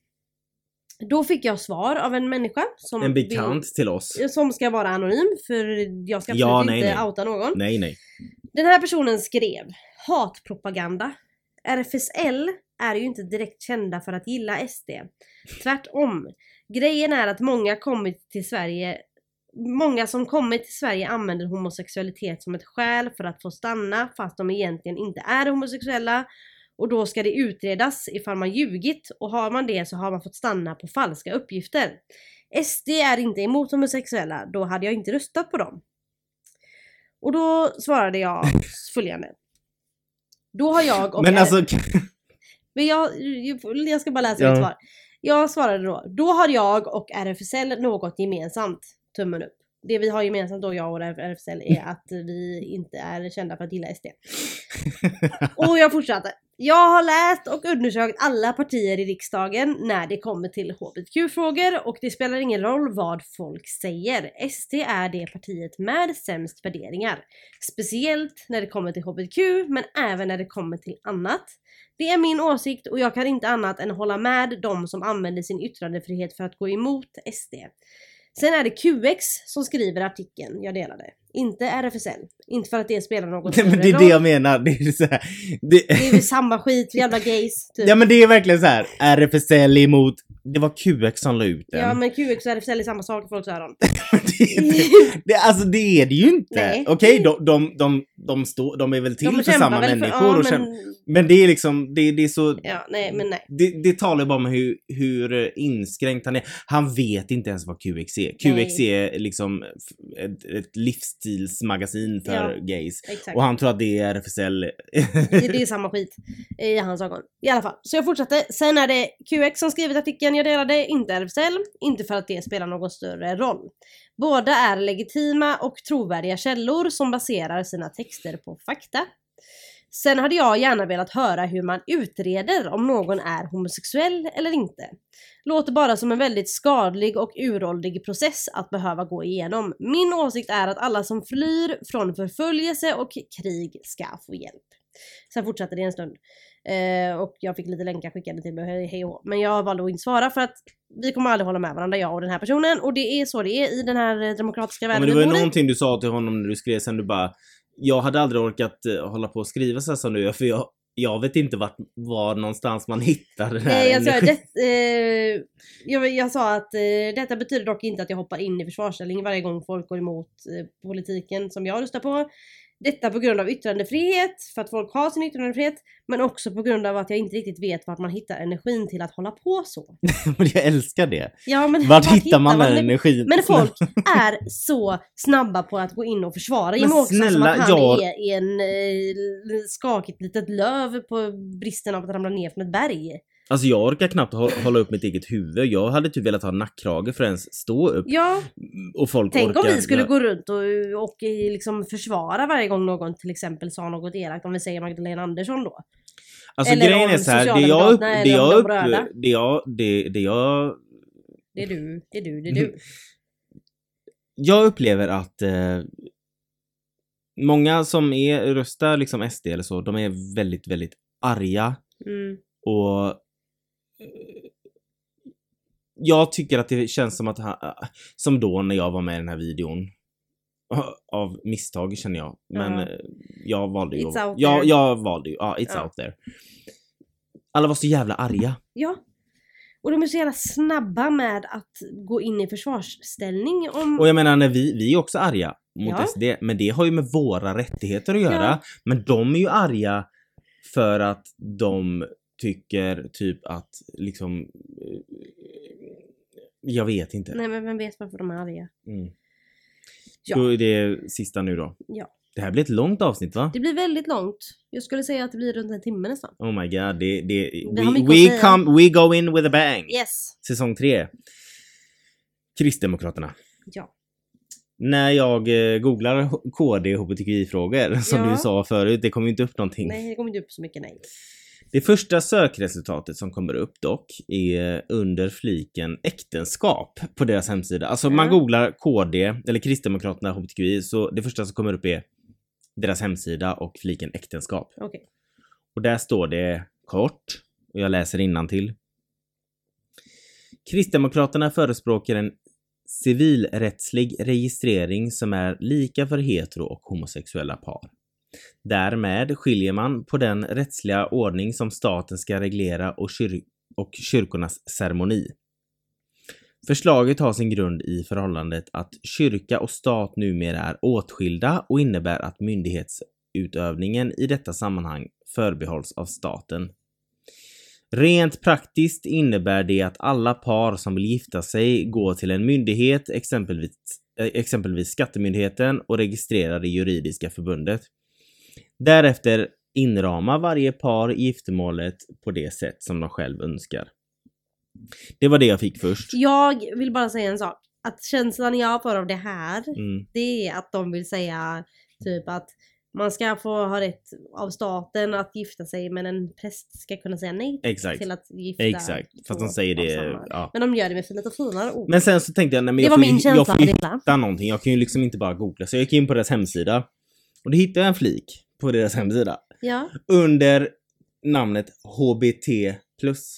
Då fick jag svar av en människa som, En bekant till oss. vill, som ska vara anonym för jag ska absolut Ja, nej, inte nej. outa någon. Nej, nej. Den här personen skrev hatpropaganda. R F S L är ju inte direkt kända för att gilla S D. Tvärtom. Grejen är att många kommit till Sverige Många som kommit till Sverige använder homosexualitet som ett skäl för att få stanna fast de egentligen inte är homosexuella. Och då ska det utredas ifall man ljugit och har man det så har man fått stanna på falska uppgifter. S D är inte emot homosexuella, då hade jag inte röstat på dem. Och då svarade jag följande. Då har jag och Men R- alltså... Men jag, jag ska bara läsa Ja. mitt svar. Jag svarade då. Då har jag och R F S L något gemensamt. Tummen upp. Det vi har gemensamt då, jag och R F S L, är att vi inte är kända för att gilla S D. Och jag fortsatte. Jag har läst och undersökt alla partier i riksdagen när det kommer till H B T Q-frågor och det spelar ingen roll vad folk säger. S D är det partiet med sämst värderingar. Speciellt när det kommer till H B T Q men även när det kommer till annat. Det är min åsikt och jag kan inte annat än hålla med de som använder sin yttrandefrihet för att gå emot S D. Sen är det Q X som skriver artikeln jag delade. Inte R F S L. Inte för att det spelar någon Nej, men det är det jag menar. Det är så här, det... Det är ju samma skit, jävla gays typ. Ja men det är verkligen så här. R F S L emot... Det var Q X som la ut den. Ja men Q X och R F S L är samma sak i folks öron. det, är inte, det, alltså det är det ju inte. Nej. Okej, de, de, de, de, stå, de är väl till De för kämpar samma väl för- människor. ja, och men- käm- men det är liksom, det, det är så... Ja, nej men nej. Det, det talar ju bara om hur, hur inskränkt han är. Han vet inte ens vad Q X är. Q X Nej. är liksom ett, ett livsstilsmagasin för Ja, gays. Exakt. Och han tror att det är R F S L. Det, det är samma skit i hans ögon. I alla fall. Så jag fortsatte. Sen är det Q X som skrivit artikeln jag delade. Inte R F S L. Inte för att det spelar någon större roll. Båda är legitima och trovärdiga källor som baserar sina texter på fakta. Sen hade jag gärna velat höra hur man utreder om någon är homosexuell eller inte. Låter bara som en väldigt skadlig och uråldrig process att behöva gå igenom. Min åsikt är att alla som flyr från förföljelse och krig ska få hjälp. Sen fortsatte det en stund. Eh, och jag fick lite länkar skickade till mig, hej och men jag valde att inte svara för att vi kommer aldrig hålla med varandra, jag och den här personen. Och det är så det är i den här demokratiska Ja, världen men det vi var ju bor i. någonting du sa till honom när du skrev sen, du bara... Jag hade aldrig orkat uh, hålla på och skriva så här som du gör, för jag, jag vet inte vart, var någonstans man hittar den här Nej, jag, sa, energin. det, eh, jag, jag sa att eh, detta betyder dock inte att jag hoppar in i försvarsställning varje gång folk går emot eh, politiken som jag röstar på. Detta på grund av yttrandefrihet, för att folk har sin yttrandefrihet, men också på grund av att jag inte riktigt vet vart man hittar energin till att hålla på så. Men jag älskar det. Ja, men Vart hittar man den energin? Men folk är så snabba på att gå in och försvara Jimmie Åkesson som snälla, att han jag- är i en eh, skakigt litet löv på bristen av att ramla ner från ett berg. Alltså jag orkar knappt hå- hålla upp mitt eget huvud. Jag hade typ velat ha nackkrage för att ens stå upp. Ja, Och folk tänk orkar. om vi skulle gå runt och, och liksom försvara varje gång någon till exempel sa något elakt, om vi säger Magdalena Andersson då. Alltså Eller grejen är om så här, det jag upp, Socialdemokraterna det jag eller om upp, de röda. det jag, det, det jag, Det är du, det är du, det är du. jag upplever att eh, många som är röstar liksom S D eller så, de är väldigt, väldigt arga Mm. och eh, jag tycker att det känns som att han, som då när jag var med i den här videon av misstag känner jag, men Ja. eh, jag valde ju It's out jag, there. jag valde ju, ja, it's Ja. out there. Alla var så jävla arga. Ja. Och de är så jävla snabba med att gå in i försvarsställning om... Och jag menar, när vi, vi är också arga mot Ja. S D, men det har ju med våra rättigheter att göra. Ja. Men de är ju arga för att de tycker typ att liksom, eh, jag vet inte. Nej, men vem vet varför de är arga? Mm. Ja. Då är det sista nu då. Ja. Det här blir ett långt avsnitt, va? Det blir väldigt långt. Jag skulle säga att det blir runt en timme nästan. Oh my god, det, det, Det har we, mycket att we, säga. come, we go in with a bang. Yes. Säsong tre. Kristdemokraterna. Ja. När jag eh, googlar K D H B T Q I-frågor, som Ja. du sa förut, det kommer ju inte upp någonting. Nej, det kommer inte upp så mycket, nej. Det första sökresultatet som kommer upp dock är under fliken äktenskap på deras hemsida. Alltså Ja. man googlar K D eller Kristdemokraterna H B T Q I, så det första som kommer upp är deras hemsida och fliken äktenskap. Okej. Och där står det kort, och jag läser innantill. Kristdemokraterna förespråkar en civilrättslig registrering som är lika för hetero- och homosexuella par. Därmed skiljer man på den rättsliga ordning som staten ska reglera och, kyr- och kyrkornas ceremoni. Förslaget har sin grund i förhållandet att kyrka och stat numera är åtskilda och innebär att myndighetsutövningen i detta sammanhang förbehålls av staten. Rent praktiskt innebär det att alla par som vill gifta sig går till en myndighet, exempelvis, exempelvis Skattemyndigheten, och registrerar det juridiska förbundet. Därefter inramar varje par giftermålet på det sätt som de själv önskar. Det var det jag fick först. Jag vill bara säga en sak. Att känslan jag får av det här, Mm. det är att de vill säga typ att man ska få ha rätt av staten att gifta sig, men en präst ska kunna säga nej Exakt. till att gifta. Exakt. Fast de två säger av det. samma. Ja. Men de gör det med lite finare ord. Men sen så tänkte jag, nej, men Det jag var får, min ju- känsla jag får av ju det hela. hitta någonting. Jag kan ju liksom inte bara googla. Så jag gick in på deras hemsida. Och då hittade jag en flik på deras hemsida. Ja. Under namnet H B T plus.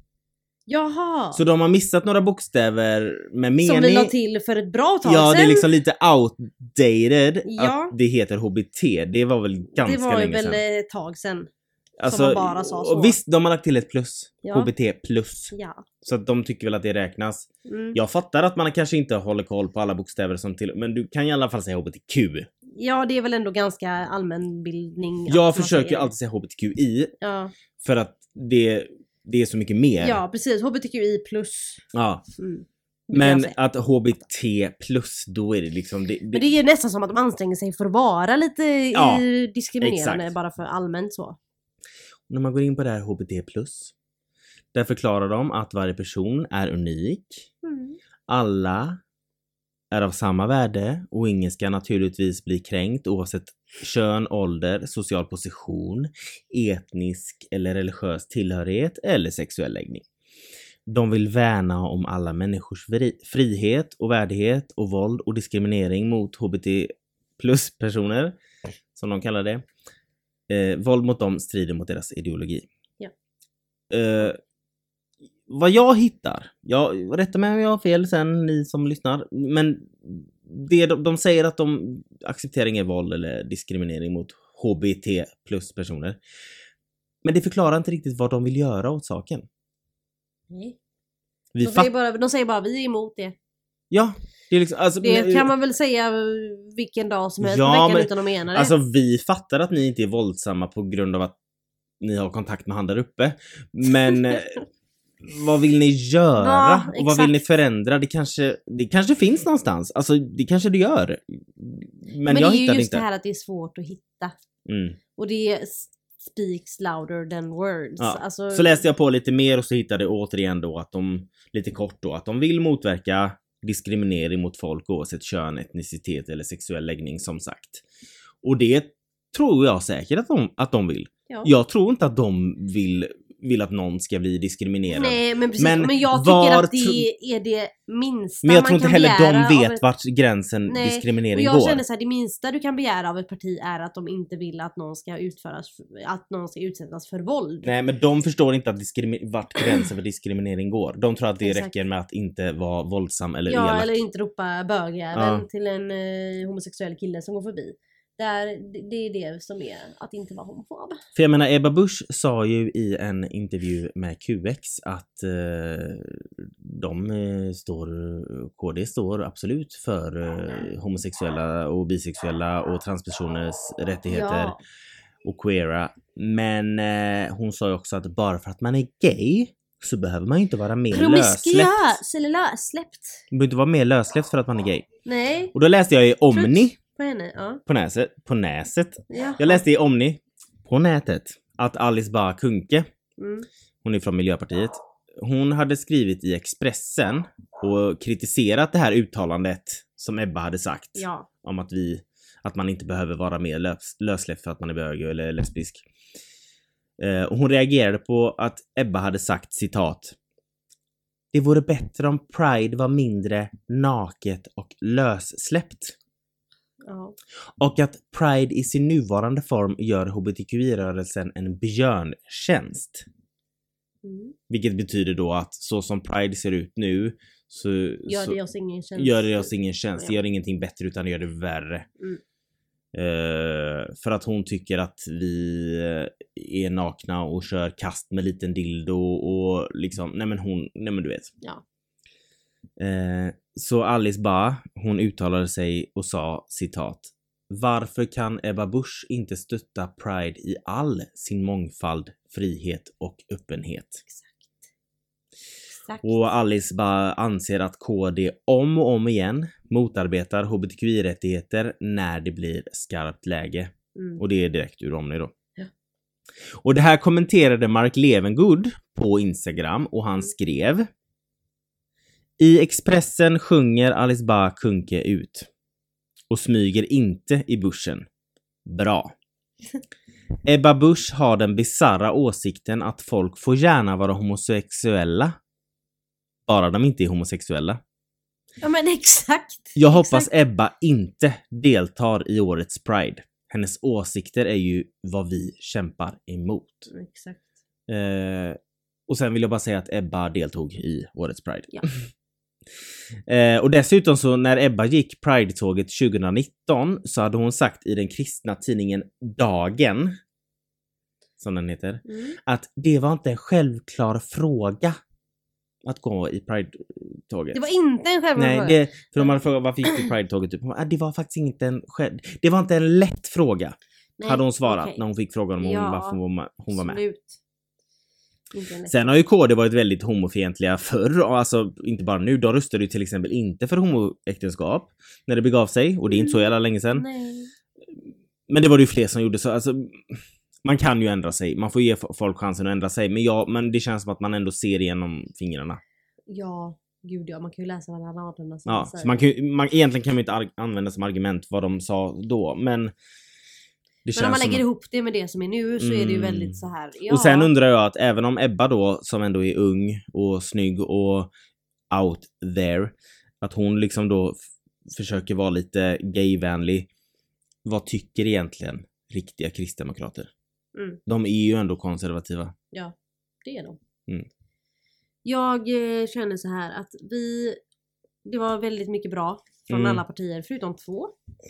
Jaha. Så de har missat några bokstäver med mening. Som vi la till för ett bra tag Ja, sedan. det är liksom lite outdated Ja. att det heter H B T. Det var väl ganska det var ju länge väl sedan. ett tag sedan. Alltså, man bara sa så. och visst, de har lagt till ett plus. Ja. H B T plus. Ja. Så att de tycker väl att det räknas. Mm. Jag fattar att man kanske inte håller koll på alla bokstäver som till, men du kan i alla fall säga H B T Q. Ja, det är väl ändå ganska allmänbildning. att Jag man försöker säger. alltid säga H B T Q I Ja. för att det, det är så mycket mer. Ja, precis. H B T Q I plus. Ja. Mm. Det kan Men jag säga. att H B T plus, då är det liksom... Det, Men det är ju nästan som att de anstränger sig för att vara lite Ja, i diskriminerande exakt. bara för allmänt så. När man går in på det här H B T plus, där förklarar de att varje person är unik. Mm. Alla är av samma värde och ingen ska naturligtvis bli kränkt oavsett kön, ålder, social position, etnisk eller religiös tillhörighet eller sexuell läggning. De vill värna om alla människors fri- frihet och värdighet, och våld och diskriminering mot H B T plus personer, som de kallar det. Eh, våld mot dem strider mot deras ideologi. Ja. Eh, vad jag hittar, jag rättar mig om jag har fel sen, ni som lyssnar, men det de, de säger att de accepterar ingen våld eller diskriminering mot H B T plus personer. Men det förklarar inte riktigt vad de vill göra åt saken. Nej. Vi De, fatt... säger bara, de säger bara vi är emot det. Ja, det är liksom, alltså, Det men- kan man väl säga vilken dag som helst Ja, på veckan men- utan att mena det. Alltså vi fattar att ni inte är våldsamma på grund av att ni har kontakt med han där uppe. Men eh, vad vill ni göra? Ja, och vad vill ni exakt. förändra? Det kanske, det kanske finns någonstans. Alltså det kanske det gör. Men, Men jag det är ju hittar det just inte. det här att det är svårt att hitta. Mm. Och det är, speaks louder than words. Ja. Alltså, Så läste jag på lite mer och så hittade jag återigen då att de, lite kort då, att de vill motverka diskriminering mot folk oavsett kön, etnicitet eller sexuell läggning som sagt. Och det tror jag säkert att de, att de vill. ja. Jag tror inte att de vill, vill att någon ska bli diskriminerad. Nej, men precis. Men Men, jag tycker var att det tro- är det minsta Men jag man tror inte kan heller begära de av vet ett... vart gränsen Nej, diskriminering och jag går. känner så här, det minsta du kan begära av ett parti är att de inte vill att någon ska utföras, att någon ska utsättas för våld. Nej, men de förstår inte att diskrimi- vart gränsen för diskriminering går. De tror att det Exakt. räcker med att inte vara våldsam eller Ja, elak. eller inte ropa bögjäveln Ja. till en eh, homosexuell kille som går förbi. Där, det, det är det som är att inte vara homofob. För jag menar, Ebba Busch sa ju i en intervju med Q X att eh, de eh, står, K D står absolut för eh, homosexuella och bisexuella och transpersoners rättigheter Ja. och queera. Men eh, hon sa ju också att bara för att man är gay så behöver man ju inte vara mer lössläppt. Promiskuös eller lössläppt. Man behöver inte vara mer lössläppt för att man är gay. Nej, Och då läste jag i Omni på henne. Ja. på näset, på näset. Ja. Jag läste i Omni på nätet att Alice Bah Kuhnke, Mm. hon är från Miljöpartiet, hon hade skrivit i Expressen och kritiserat det här uttalandet som Ebba hade sagt Ja. om att vi att man inte behöver vara mer lös, lössläppt för att man är bög eller lesbisk. Eh, och hon reagerade på att Ebba hade sagt citat: "Det vore bättre om Pride var mindre naket och lössläppt. Ja. Och att Pride i sin nuvarande form gör H B T Q I-rörelsen en björntjänst." Mm. Vilket betyder då att så som Pride ser ut nu så Gör så det oss ingen tjänst. gör det oss ingen tjänst. Det Ja. gör ingenting bättre utan det gör det värre. Mm. Eh, för att hon tycker att vi eh, är nakna och kör kast med liten dildo och liksom, nej men hon, nej men du vet. Ja. Eh, så Alice Bah, hon uttalade sig och sa citat: "Varför kan Ebba Busch inte stötta Pride i all sin mångfald, frihet och öppenhet?" Exakt. Exakt. Och Alice Bah anser att K D om och om igen motarbetar H B T Q I-rättigheter när det blir skarpt läge. Mm. Och det är direkt ur Omni då. Ja. Och det här kommenterade Mark Levengood på Instagram och han skrev: "I Expressen sjunger Alice Bah Kuhnke ut och smyger inte i buschen. Bra. Ebba Busch har den bizarra åsikten att folk får gärna vara homosexuella. Bara de inte är homosexuella. Ja men exakt. Jag hoppas Exakt. Ebba inte deltar i årets Pride. Hennes åsikter är ju vad vi kämpar emot." Exakt. Eh, och sen vill jag bara säga att Ebba deltog i årets Pride. Ja. eh, och dessutom så när Ebba gick Pride-tåget tjugonitton så hade hon sagt i den kristna tidningen Dagen, som den heter, Mm. att det var inte en självklar fråga att gå i Pride-tåget. Det var inte en självklar Nej, fråga. det, för de hade frågat varför gick du Pride-tåget? Typ. Ah, det var faktiskt inte en själv, det var inte en lätt fråga. Nej, hade hon svarat okej. när hon fick frågan om hon, Ja, varför hon, var- hon var med. Absolut. Inte en lätt- Sen har ju K D varit väldigt homofientliga förr, och alltså inte bara nu. De röstade ju till exempel inte för homoäktenskap när det begav sig, och det är inte så jävla länge sedan. Nej. Men det var det ju fler som gjorde så. Alltså, man kan ju ändra sig. Man får ge folk chansen att ändra sig. Men ja, men det känns som att man ändå ser igenom fingrarna. Ja, gud ja. Man kan ju läsa vad alla raderna som Ja, säger. så man kan, ju- man, egentligen kan man inte ar- använda som argument vad de sa då, men det Men om man som lägger att- ihop det med det som är nu så är det ju Mm. väldigt så här. Ja, Och sen undrar jag att även om Ebba då, som ändå är ung och snygg och out there, att hon liksom då f- försöker vara lite gayvänlig, vad tycker egentligen riktiga kristdemokrater? Mm. De är ju ändå konservativa. Ja, det är de. Mm. Jag eh, känner så här att vi, det var väldigt mycket bra från Mm. alla partier förutom två.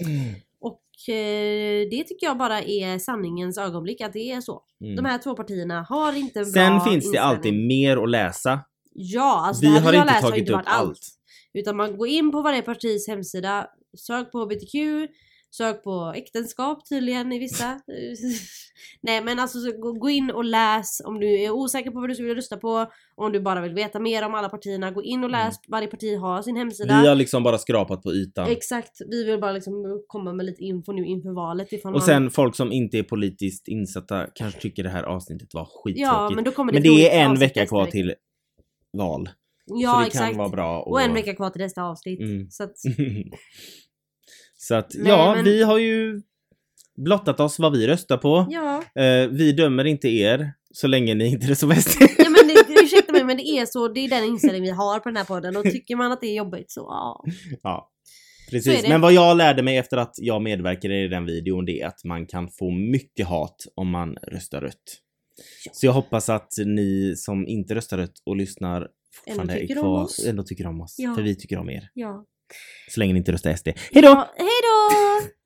Och eh, det tycker jag bara är sanningens ögonblick att det är så. Mm. De här två partierna har inte en bra Sen finns det inställning. alltid mer att läsa. Ja, alltså Vi det här har jag inte läst har tagit inte upp varit allt. allt. Utan man går in på varje partis hemsida, sök på H B T Q, Sök på äktenskap tydligen i vissa. Nej men alltså gå, gå in och läs om du är osäker på vad du ska vilja rösta på. Om du bara vill veta mer om alla partierna. Gå in och läs, mm. varje parti har sin hemsida. Vi har liksom bara skrapat på ytan. Exakt, vi vill bara liksom komma med lite info nu inför valet. Ifall och man... sen folk som inte är politiskt insatta kanske tycker det här avsnittet var skittråkigt. Ja, men då kommer det, men det är en vecka kvar till val. Ja, så det exakt. kan vara bra. Och, och en vecka kvar till nästa avsnitt. Mm. Så att, så att Nej, ja, men... vi har ju blottat oss vad vi röstar på. Ja. Uh, vi dömer inte er så länge ni inte är så bäst. Ja, men det, ursäkta mig, men det är så, det är den inställning vi har på den här podden. Och tycker man att det är jobbigt så ja. Ja. Precis, men vad jag lärde mig efter att jag medverkade i den videon, det är att man kan få mycket hat om man röstar rött. Ja. Så jag hoppas att ni som inte röstar rött och lyssnar ändå tycker, är kvar, om oss. ändå tycker om oss. Ja. För vi tycker om er. Ja. Så länge ni inte röstar S D. Hej då! Ja, hej då!